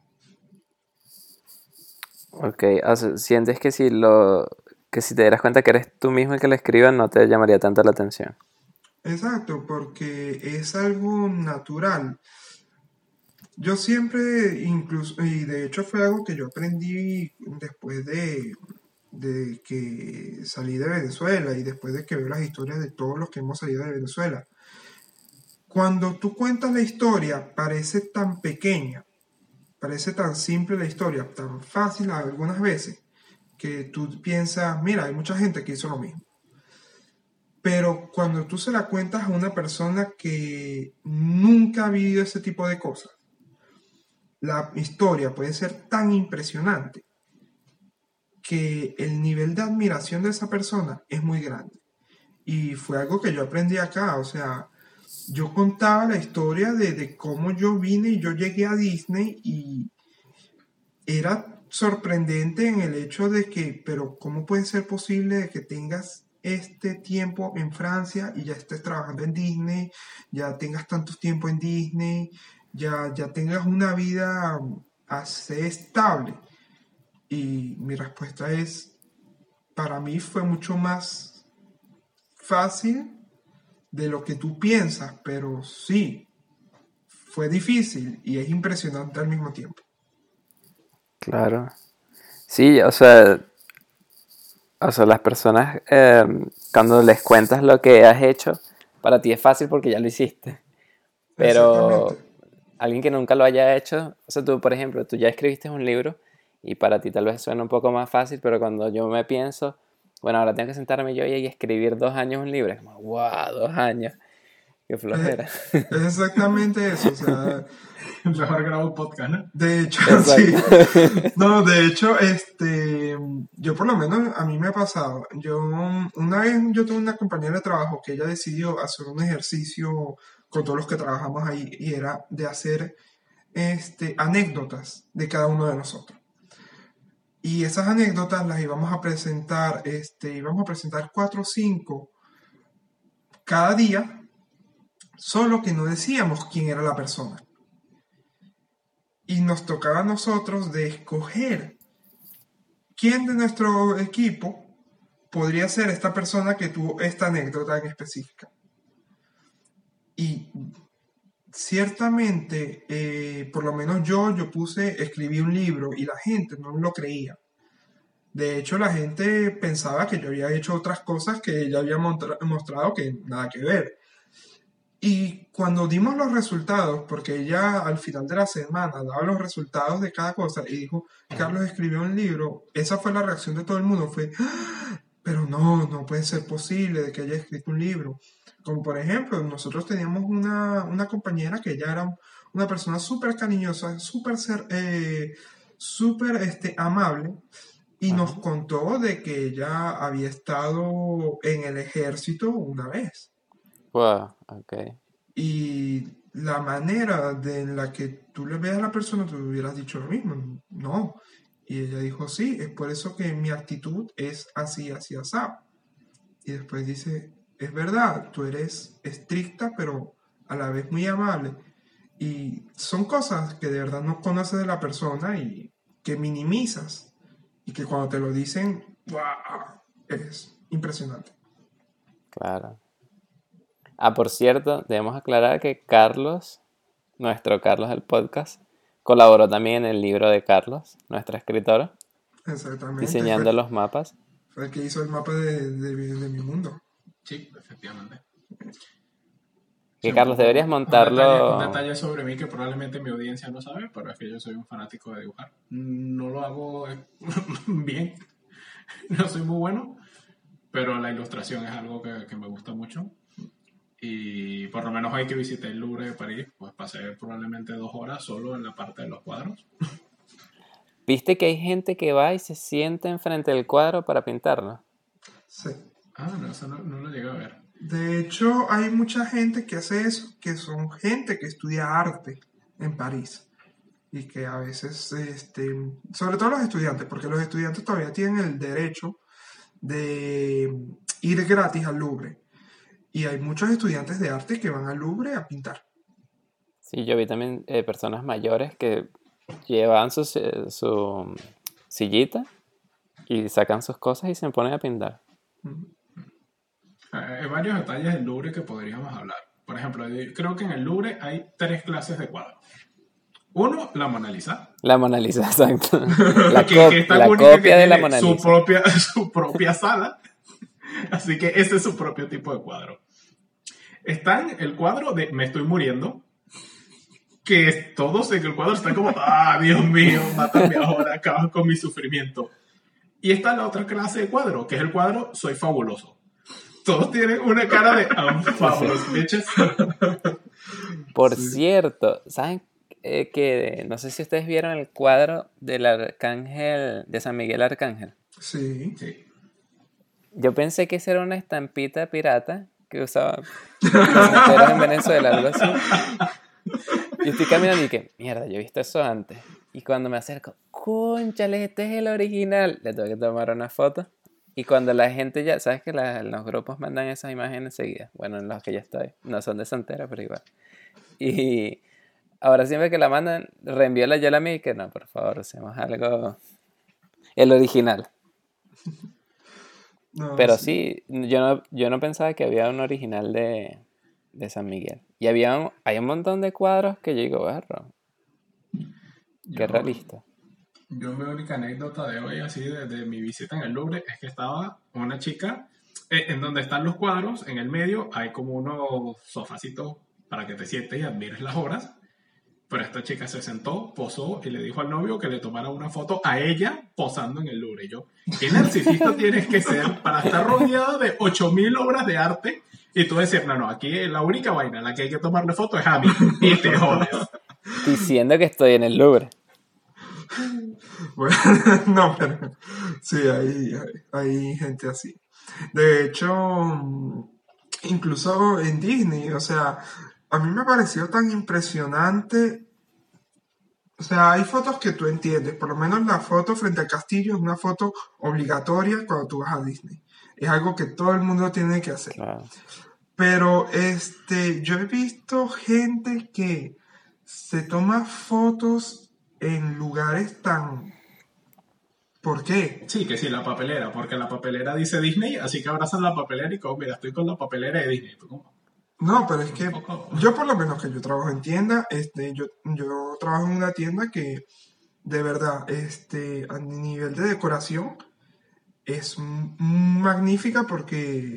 Ok, o sea, sientes que si te dieras cuenta que eres tú mismo el que lo escriba, no te llamaría tanto la atención. Exacto, porque es algo natural. Yo siempre, incluso, y de hecho fue algo que yo aprendí después de que salí de Venezuela y después de que veo las historias de todos los que hemos salido de Venezuela. Cuando tú cuentas la historia, parece tan pequeña, parece tan simple la historia, tan fácil algunas veces, que tú piensas, mira, hay mucha gente que hizo lo mismo. Pero cuando tú se la cuentas a una persona que nunca ha vivido ese tipo de cosas, la historia puede ser tan impresionante que el nivel de admiración de esa persona es muy grande. Y fue algo que yo aprendí acá, o sea, yo contaba la historia de cómo yo vine y yo llegué a Disney y era sorprendente en el hecho de que, pero ¿cómo puede ser posible de que tengas este tiempo en Francia y ya estés trabajando en Disney, ya tengas tanto tiempo en Disney, ya tengas una vida así estable? Y mi respuesta es, para mí fue mucho más fácil de lo que tú piensas, pero sí, fue difícil y es impresionante al mismo tiempo. Claro. Sí, o sea, las personas, cuando les cuentas lo que has hecho, para ti es fácil porque ya lo hiciste. Pero alguien que nunca lo haya hecho, o sea, tú, por ejemplo, tú ya escribiste un libro y para ti tal vez suena un poco más fácil, pero cuando yo me pienso, bueno, ahora tengo que sentarme yo y escribir 2 años un libro, es como, wow, 2 años, qué flojera. Es exactamente eso, o sea, mejor grabo un podcast, ¿no? De hecho, Exacto. sí. No, de hecho, yo por lo menos a mí me ha pasado. Una vez yo tuve una compañera de trabajo que ella decidió hacer un ejercicio con todos los que trabajamos ahí y era de hacer anécdotas de cada uno de nosotros. Y esas anécdotas las íbamos a presentar 4 o 5 cada día, solo que no decíamos quién era la persona. Y nos tocaba a nosotros de escoger quién de nuestro equipo podría ser esta persona que tuvo esta anécdota en específica. Y ciertamente, por lo menos yo escribí un libro y la gente no lo creía. De hecho, la gente pensaba que yo había hecho otras cosas que ella había mostrado que nada que ver. Y cuando dimos los resultados, porque ella al final de la semana daba los resultados de cada cosa y dijo, Carlos escribió un libro, esa fue la reacción de todo el mundo, fue, ¡ah! pero no puede ser posible de que haya escrito un libro. Como por ejemplo, nosotros teníamos una compañera que ella era una persona súper cariñosa, súper amable, y Ajá. nos contó de que ella había estado en el ejército una vez. Wow, ok. Y la manera en la que tú le veas a la persona, tú hubieras dicho lo mismo. No. Y ella dijo, sí, es por eso que mi actitud es así, así, así. Y después dice, es verdad, tú eres estricta, pero a la vez muy amable. Y son cosas que de verdad no conoces de la persona y que minimizas. Y que cuando te lo dicen, ¡wow! Es impresionante. Claro. Ah, por cierto, debemos aclarar que Carlos, nuestro Carlos del podcast, colaboró también en el libro de Carlos, nuestra escritora, Exactamente. diseñando los mapas. Fue el que hizo el mapa de mi mundo. Sí, efectivamente. Sí, Que Carlos, deberías un montarlo. detalle sobre mí que probablemente mi audiencia no sabe, pero es que yo soy un fanático de dibujar. No lo hago bien, no soy muy bueno, pero la ilustración es algo que me gusta mucho. Y por lo menos hoy que visité el Louvre de París, pues pasé probablemente 2 horas solo en la parte de los cuadros. ¿Viste que hay gente que va y se sienta enfrente del cuadro para pintarlo? Sí. No, eso no lo llegué a ver. De hecho, hay mucha gente que hace eso, que son gente que estudia arte en París. Y que a veces, sobre todo los estudiantes, porque los estudiantes todavía tienen el derecho de ir gratis al Louvre. Y hay muchos estudiantes de arte que van al Louvre a pintar. Sí, yo vi también personas mayores que llevaban su sillita y sacan sus cosas y se ponen a pintar. Hay varios detalles del Louvre que podríamos hablar. Por ejemplo, creo que en el Louvre hay 3 clases de cuadros. Uno, la Mona Lisa. La Mona Lisa, exacto. que es tan La única copia que de la tiene Mona su Lisa. su propia sala. Así que ese es su propio tipo de cuadro. Está en el cuadro de Me estoy muriendo, que todos en el cuadro están como, Dios mío, mátame ahora, acabas con mi sufrimiento. Y está la otra clase de cuadro, que es el cuadro Soy fabuloso. Todos tienen una cara de I'm fabulous, bitches. Por cierto, ¿saben que no sé si ustedes vieron el cuadro del arcángel, de San Miguel Arcángel? Sí. Sí. Yo pensé que esa era una estampita pirata que usaban los santeros en Venezuela, algo así. Y estoy caminando y que, mierda, yo he visto eso antes. Y cuando me acerco, cónchale, este es el original. Le tengo que tomar una foto. Y cuando la gente ya, ¿sabes que los grupos mandan esas imágenes enseguida? Bueno, en los que ya estoy. No son de Santera, pero igual. Y ahora siempre que la mandan, reenvíala yo a mí y que no, por favor, hacemos algo. El original. No, Pero sí. sí, yo no pensaba que había un original de San Miguel. Y hay un montón de cuadros que yo digo, berro, qué Yo, realista. mi única anécdota de hoy, así de mi visita en el Louvre, es que estaba una chica en donde están los cuadros, en el medio hay como unos sofacitos para que te sientes y admires las obras. Pero esta chica se sentó, posó y le dijo al novio que le tomara una foto a ella posando en el Louvre. Y yo, ¿qué narcisista tienes que ser para estar rodeado de 8000 obras de arte? Y tú decir, no, aquí la única vaina, la que hay que tomarle foto es a mí. Y te jodes. Diciendo que estoy en el Louvre. Bueno, no, pero sí, hay gente así. De hecho, incluso en Disney, o sea, a mí me pareció tan impresionante. O sea, hay fotos que tú entiendes, por lo menos la foto frente al castillo es una foto obligatoria cuando tú vas a Disney. Es algo que todo el mundo tiene que hacer. Claro. Pero yo he visto gente que se toma fotos en lugares tan... ¿Por qué? Sí, que sí, la papelera, porque la papelera dice Disney, así que abrazan la papelera y como, mira, estoy con la papelera de Disney. ¿Tú cómo? No, pero es Un que poco. yo por lo menos que yo trabajo en tienda, yo trabajo en una tienda que de verdad, a nivel de decoración es magnífica porque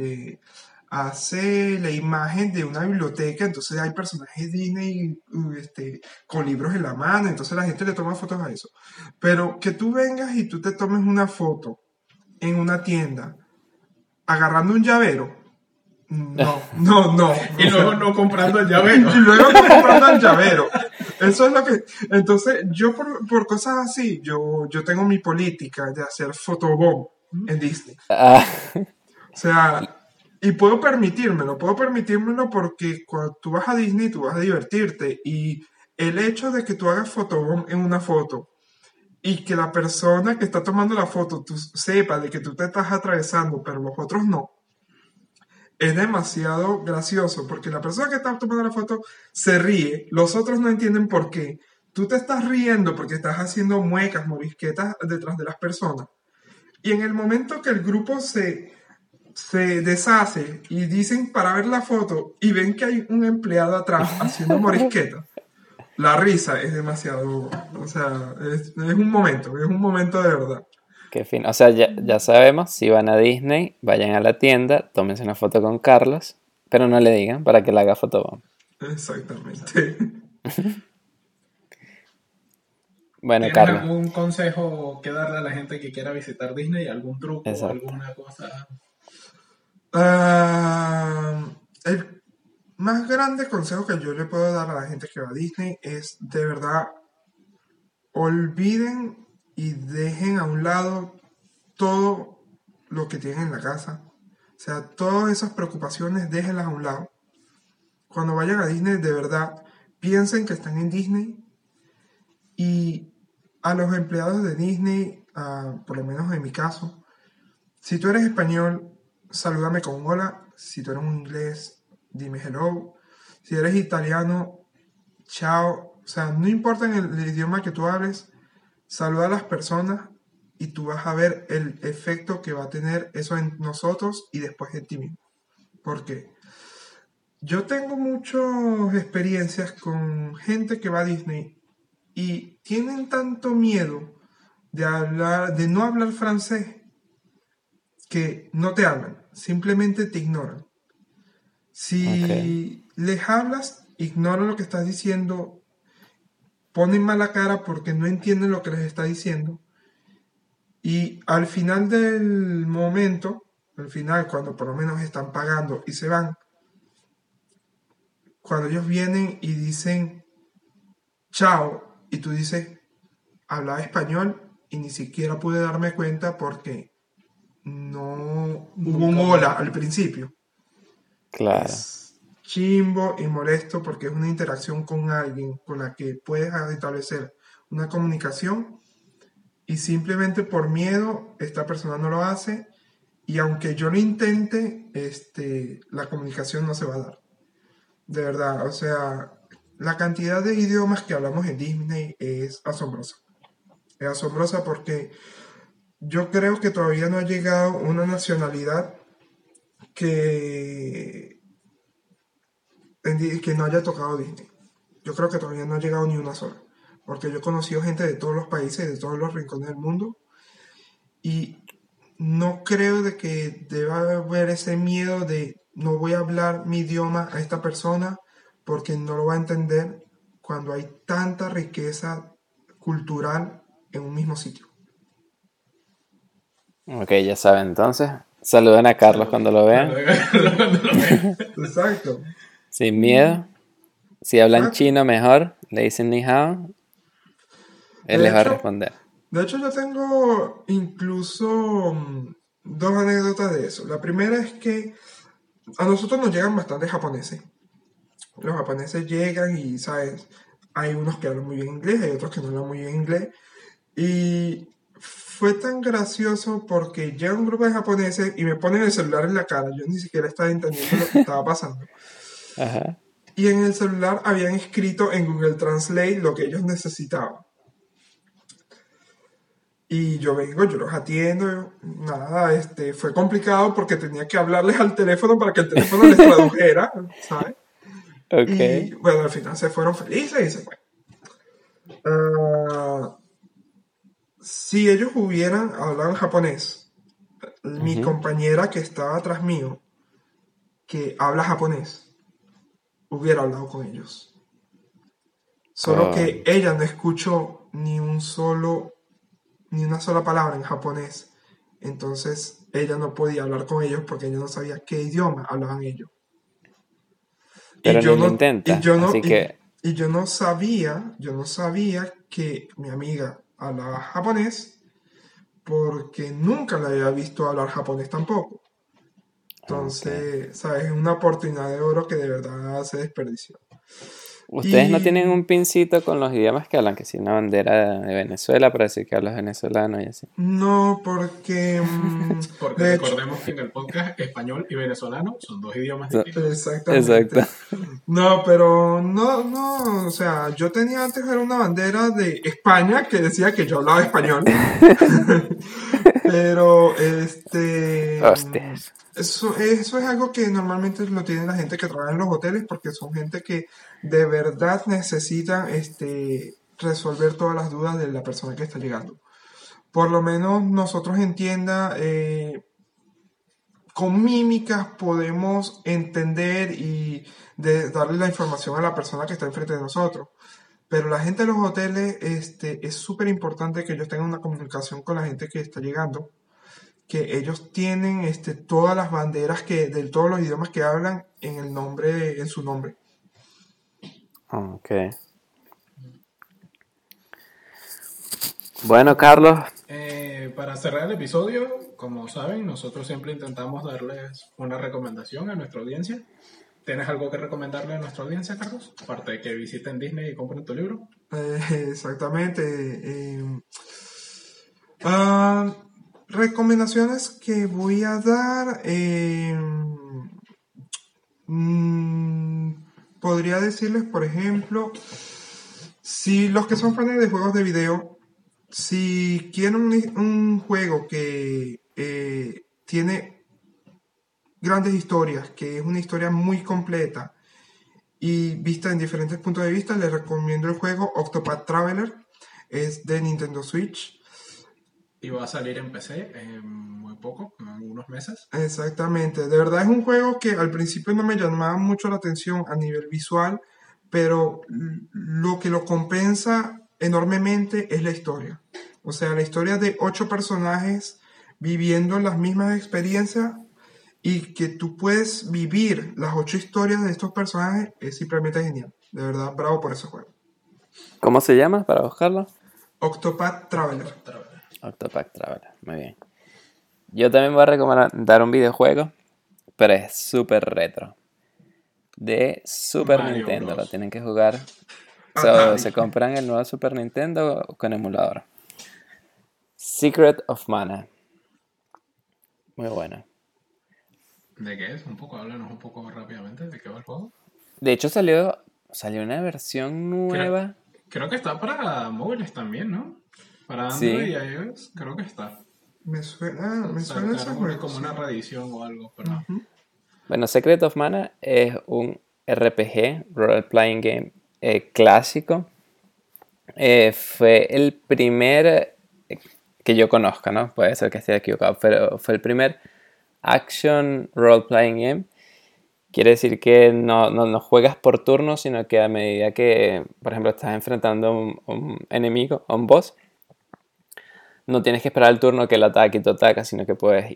hace la imagen de una biblioteca, entonces hay personajes Disney con libros en la mano, entonces la gente le toma fotos a eso. Pero que tú vengas y tú te tomes una foto en una tienda agarrando un llavero. No. Y luego no comprando el llavero. Y luego no comprando el llavero. Eso es lo que... Entonces, yo por cosas así, yo tengo mi política de hacer photobomb en Disney. O sea, y puedo permitírmelo porque cuando tú vas a Disney, tú vas a divertirte. Y el hecho de que tú hagas photobomb en una foto y que la persona que está tomando la foto tú sepa de que tú te estás atravesando, pero los otros no, es demasiado gracioso porque la persona que está tomando la foto se ríe, los otros no entienden por qué. Tú te estás riendo porque estás haciendo muecas, morisquetas detrás de las personas. Y en el momento que el grupo se deshace y dicen para ver la foto y ven que hay un empleado atrás haciendo morisqueta, la risa es demasiado, o sea, es un momento de verdad. Qué fin. O sea, ya sabemos, si van a Disney, vayan a la tienda, tómense una foto con Carlos, pero no le digan para que le haga photobomb. Exactamente. Bueno, ¿Tienes Carlos. algún consejo que darle a la gente que quiera visitar Disney? ¿Algún truco o Exacto. alguna cosa? El más grande consejo que yo le puedo dar a la gente que va a Disney es, de verdad, olviden y dejen a un lado todo lo que tienen en la casa. O sea, todas esas preocupaciones, déjenlas a un lado. Cuando vayan a Disney, de verdad, piensen que están en Disney. Y a los empleados de Disney, por lo menos en mi caso, si tú eres español, salúdame con hola. Si tú eres un inglés, dime hello. Si eres italiano, chao. O sea, no importa en el idioma que tú hables, saluda a las personas y tú vas a ver el efecto que va a tener eso en nosotros y después en ti mismo. Porque yo tengo muchas experiencias con gente que va a Disney y tienen tanto miedo de no hablar francés que no te hablan, simplemente te ignoran. Si les hablas, ignoran lo que estás diciendo, ponen mala cara porque no entienden lo que les está diciendo. Y al final del momento, al final, cuando por lo menos están pagando y se van, cuando ellos vienen y dicen chao, y tú dices, hablaba español y ni siquiera pude darme cuenta porque no hubo un hola al principio. Claro. Es chimbo y molesto porque es una interacción con alguien con la que puedes establecer una comunicación y simplemente por miedo esta persona no lo hace y aunque yo lo intente, la comunicación no se va a dar. De verdad, o sea, la cantidad de idiomas que hablamos en Disney es asombrosa. Es asombrosa porque yo creo que todavía no ha llegado una nacionalidad que no haya tocado Disney. Yo creo que todavía no ha llegado ni una sola. Porque yo he conocido gente de todos los países, de todos los rincones del mundo. Y no creo de que deba haber ese miedo de no voy a hablar mi idioma a esta persona porque no lo va a entender cuando hay tanta riqueza cultural en un mismo sitio. Ok, ya saben, entonces, saluden a Carlos cuando lo vean. Exacto. Sin miedo. Si hablan chino mejor, le dicen ni hao, él les va a responder. De hecho, yo tengo incluso dos anécdotas de eso. La primera es que a nosotros nos llegan bastantes japoneses. Los japoneses llegan y, ¿sabes? Hay unos que hablan muy bien inglés, hay otros que no hablan muy bien inglés. Y fue tan gracioso porque llega un grupo de japoneses y me ponen el celular en la cara. Yo ni siquiera estaba entendiendo lo que estaba pasando. Ajá. Y en el celular habían escrito en Google Translate lo que ellos necesitaban. Y yo los atiendo, nada, fue complicado porque tenía que hablarles al teléfono para que el teléfono les tradujera, ¿sabes? Okay. Y bueno, al final se fueron felices y se fueron. Si ellos hubieran hablado en japonés, mi compañera que estaba atrás mío, que habla japonés, hubiera hablado con ellos. Solo que ella no escuchó ni una sola palabra en japonés Entonces ella no podía hablar con ellos porque ella no sabía qué idioma hablaban ellos. Y Pero yo ni lo no, y intenta, yo no, así que y yo no sabía que mi amiga hablaba japonés porque nunca la había visto hablar japonés tampoco. ok. Entonces, ¿sabes? Es una oportunidad de oro que de verdad se desperdició. Ustedes no tienen Y un pincito con los idiomas que hablan, que si una bandera de Venezuela para decir que hablas venezolano y así. no, porque Porque de hecho, recordemos que en el podcast español y venezolano son dos idiomas So- distintos. exactamente. Exacto. No, pero no, o sea, yo tenía antes era una bandera de España que decía que yo hablaba español, pero Hostias. eso es algo que normalmente lo tiene la gente que trabaja en los hoteles porque son gente que de verdad necesitan resolver todas las dudas de la persona que está llegando. Por lo menos nosotros en tienda, con mímicas podemos entender y darle la información a la persona que está enfrente de nosotros. Pero la gente de los hoteles, es súper importante que ellos tengan una comunicación con la gente que está llegando, que ellos tienen todas las banderas de todos los idiomas que hablan en el nombre, en su nombre. Ok. Bueno, Carlos, Para cerrar el episodio, como saben, nosotros siempre intentamos darles una recomendación a nuestra audiencia. ¿Tienes algo que recomendarle a nuestra audiencia, Carlos? Aparte de que visiten Disney y compren tu libro. Exactamente. Ah, recomendaciones que voy a dar. Mm, podría decirles, por ejemplo, si los que son fans de juegos de video, si quieren un juego que tiene grandes historias, que es una historia muy completa y vista en diferentes puntos de vista, les recomiendo el juego Octopath Traveler. Es de Nintendo Switch. Y va a salir en PC en muy poco, en algunos meses. Exactamente, de verdad es un juego que al principio no me llamaba mucho la atención a nivel visual, pero lo que lo compensa enormemente es la historia. O sea, la historia de 8 personajes viviendo las mismas experiencias y que tú puedes vivir las 8 historias de estos personajes es simplemente genial. De verdad, bravo por ese juego. ¿cómo se llama para buscarlo? Octopath Traveler. Octopath Traveler. Muy bien. Yo también voy a recomendar un videojuego, pero es súper retro. De Super Mario Nintendo. Lo Bros. tienen que jugar. Atari. Se compran el nuevo Super Nintendo con emulador. Secret of Mana. Muy bueno. ¿De qué es? Un poco, háblanos un poco rápidamente de qué va el juego. De hecho, salió una versión Creo, nueva. creo que está para móviles también, ¿no? Para Android y Sí. iOS, creo que está. Me suena ese Sacaron juego, como sí. una reedición o algo, pero Bueno, Secret of Mana es un RPG, Role Playing Game clásico. Fue el primer que yo conozca, ¿no? Puede ser que esté equivocado, pero fue el primer Action Role Playing Game. Quiere decir que no juegas por turno, sino que a medida que, por ejemplo, estás enfrentando a un enemigo, a un boss, no tienes que esperar el turno que él ataque y tú atacas, sino que puedes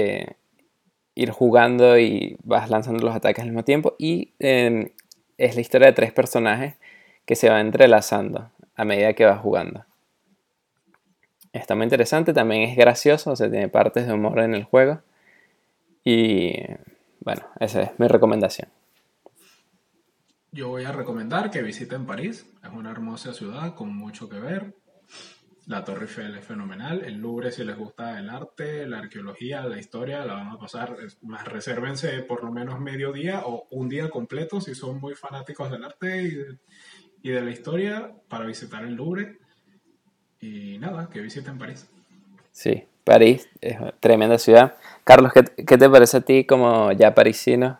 ir jugando y vas lanzando los ataques al mismo tiempo. Y es la historia de 3 personajes que se van entrelazando a medida que vas jugando. Está muy interesante, también es gracioso, o sea, tiene partes de humor en el juego. Y bueno, esa es mi recomendación. yo voy a recomendar que visiten París. Es una hermosa ciudad con mucho que ver. La Torre Eiffel es fenomenal. El Louvre, si les gusta el arte, la arqueología, la historia, la van a pasar. Más resérvense por lo menos medio día o un día completo si son muy fanáticos del arte y de la historia para visitar el Louvre. Y nada, que visiten París. Sí, París es una tremenda ciudad. Carlos, ¿qué te parece a ti como ya parisino?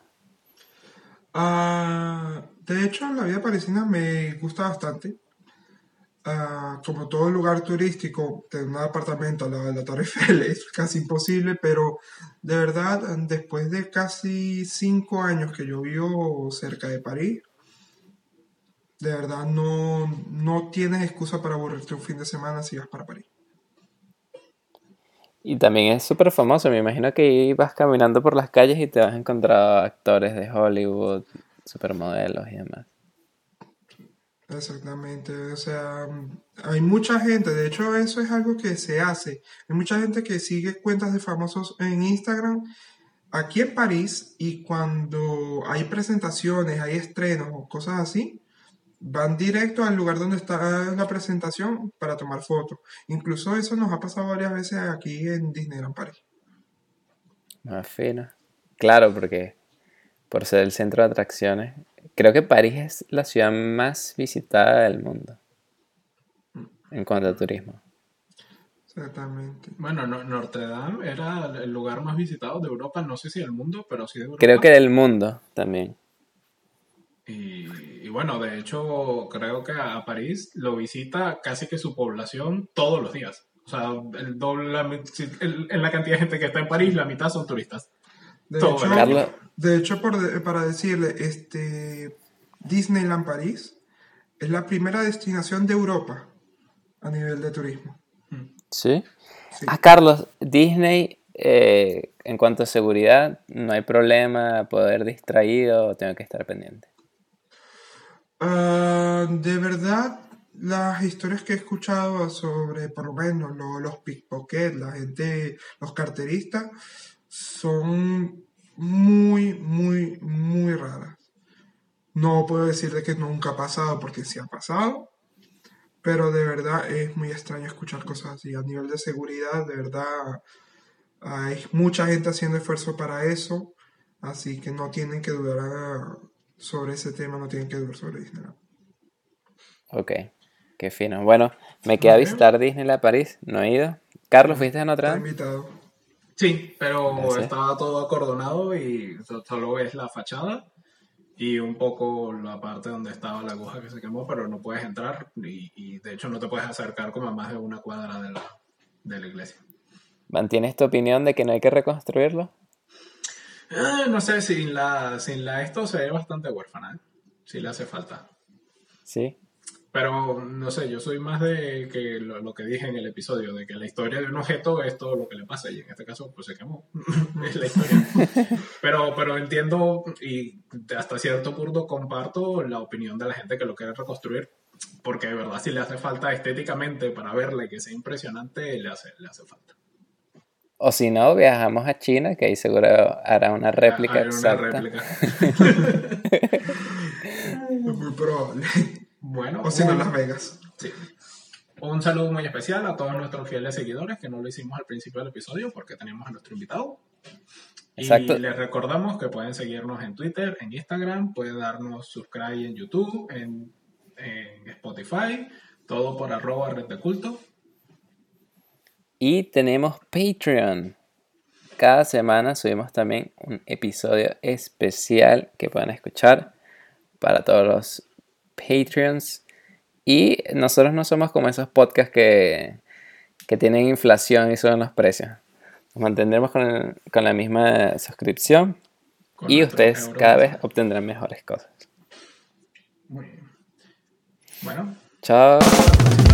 De hecho, la vida parisina me gusta bastante. Como todo lugar turístico, tener un apartamento al lado de la Torre Eiffel es casi imposible, pero de verdad, después de casi 5 años que yo vivo cerca de París, de verdad no tienes excusa para aburrirte un fin de semana si vas para París. Y también es súper famoso. Me imagino que ahí vas caminando por las calles y te vas a encontrar actores de Hollywood, supermodelos y demás. Exactamente, o sea, hay mucha gente, de hecho eso es algo que se hace, hay mucha gente que sigue cuentas de famosos en Instagram aquí en París y cuando hay presentaciones, hay estrenos o cosas así, van directo al lugar donde está la presentación para tomar fotos. Incluso eso nos ha pasado varias veces aquí en Disneyland París. Más fino. Claro, porque por ser el centro de atracciones, creo que París es la ciudad más visitada del mundo en cuanto a turismo. Exactamente. Bueno, Notre Dame era el lugar más visitado de Europa, no sé si del mundo, pero sí de Creo Europa. que del mundo también. Y bueno, de hecho, creo que a París lo visita casi que su población todos los días. O sea, el doble, en la cantidad de gente que está en París, la mitad son turistas. De Todo el hecho, año. Carlos, para decirle, Disneyland París es la primera destinación de Europa a nivel de turismo. ¿sí? Sí. Carlos, Disney, en cuanto a seguridad, no hay problema, poder distraído, tengo que estar pendiente. De verdad, las historias que he escuchado sobre, por lo menos, los pickpockets, la gente, los carteristas, son muy, muy, muy raras. No puedo decir de que nunca ha pasado, porque sí ha pasado, pero de verdad es muy extraño escuchar cosas así. A nivel de seguridad, de verdad, hay mucha gente haciendo esfuerzo para eso, así que no tienen que dudar sobre ese tema, no tienen que dudar sobre Disneyland. Ok, qué fino. Bueno, me queda Ok. visitar Disneyland París, no he ido. Carlos, ¿fuiste a Notre Está Dame? invitado. Sí, pero Gracias. estaba todo acordonado y solo ves la fachada y un poco la parte donde estaba la aguja que se quemó, pero no puedes entrar y de hecho no te puedes acercar como a más de una cuadra de la iglesia. ¿Mantienes tu opinión de que no hay que reconstruirlo? No sé, sin la esto se ve bastante huérfana, ¿eh? Sí le hace falta. Sí. Pero no sé, yo soy más de que lo que dije en el episodio, de que la historia de un objeto es todo lo que le pasa y en este caso pues se quemó. Es la historia. Pero entiendo y hasta cierto punto comparto la opinión de la gente que lo quiere reconstruir, porque de verdad si le hace falta estéticamente para verle que sea impresionante, le hace falta. O si no, viajamos a China, que ahí seguro hará una réplica Hay una exacta. réplica. Es muy probable. Bueno, O si no, Las Vegas. sí. Un saludo muy especial a todos nuestros fieles seguidores, que no lo hicimos al principio del episodio porque teníamos a nuestro invitado. Y Exacto. les recordamos que pueden seguirnos en Twitter, en Instagram, pueden darnos subscribe en YouTube, en Spotify, todo por @Red de Culto. Y tenemos Patreon. Cada semana subimos también un episodio especial que pueden escuchar para todos los Patreons. Y nosotros no somos como esos podcasts que tienen inflación y suben los precios. Nos mantendremos con la misma suscripción Con y nuestros ustedes euros cada vez mensuales. obtendrán mejores cosas. Muy bien. Bueno, Chao.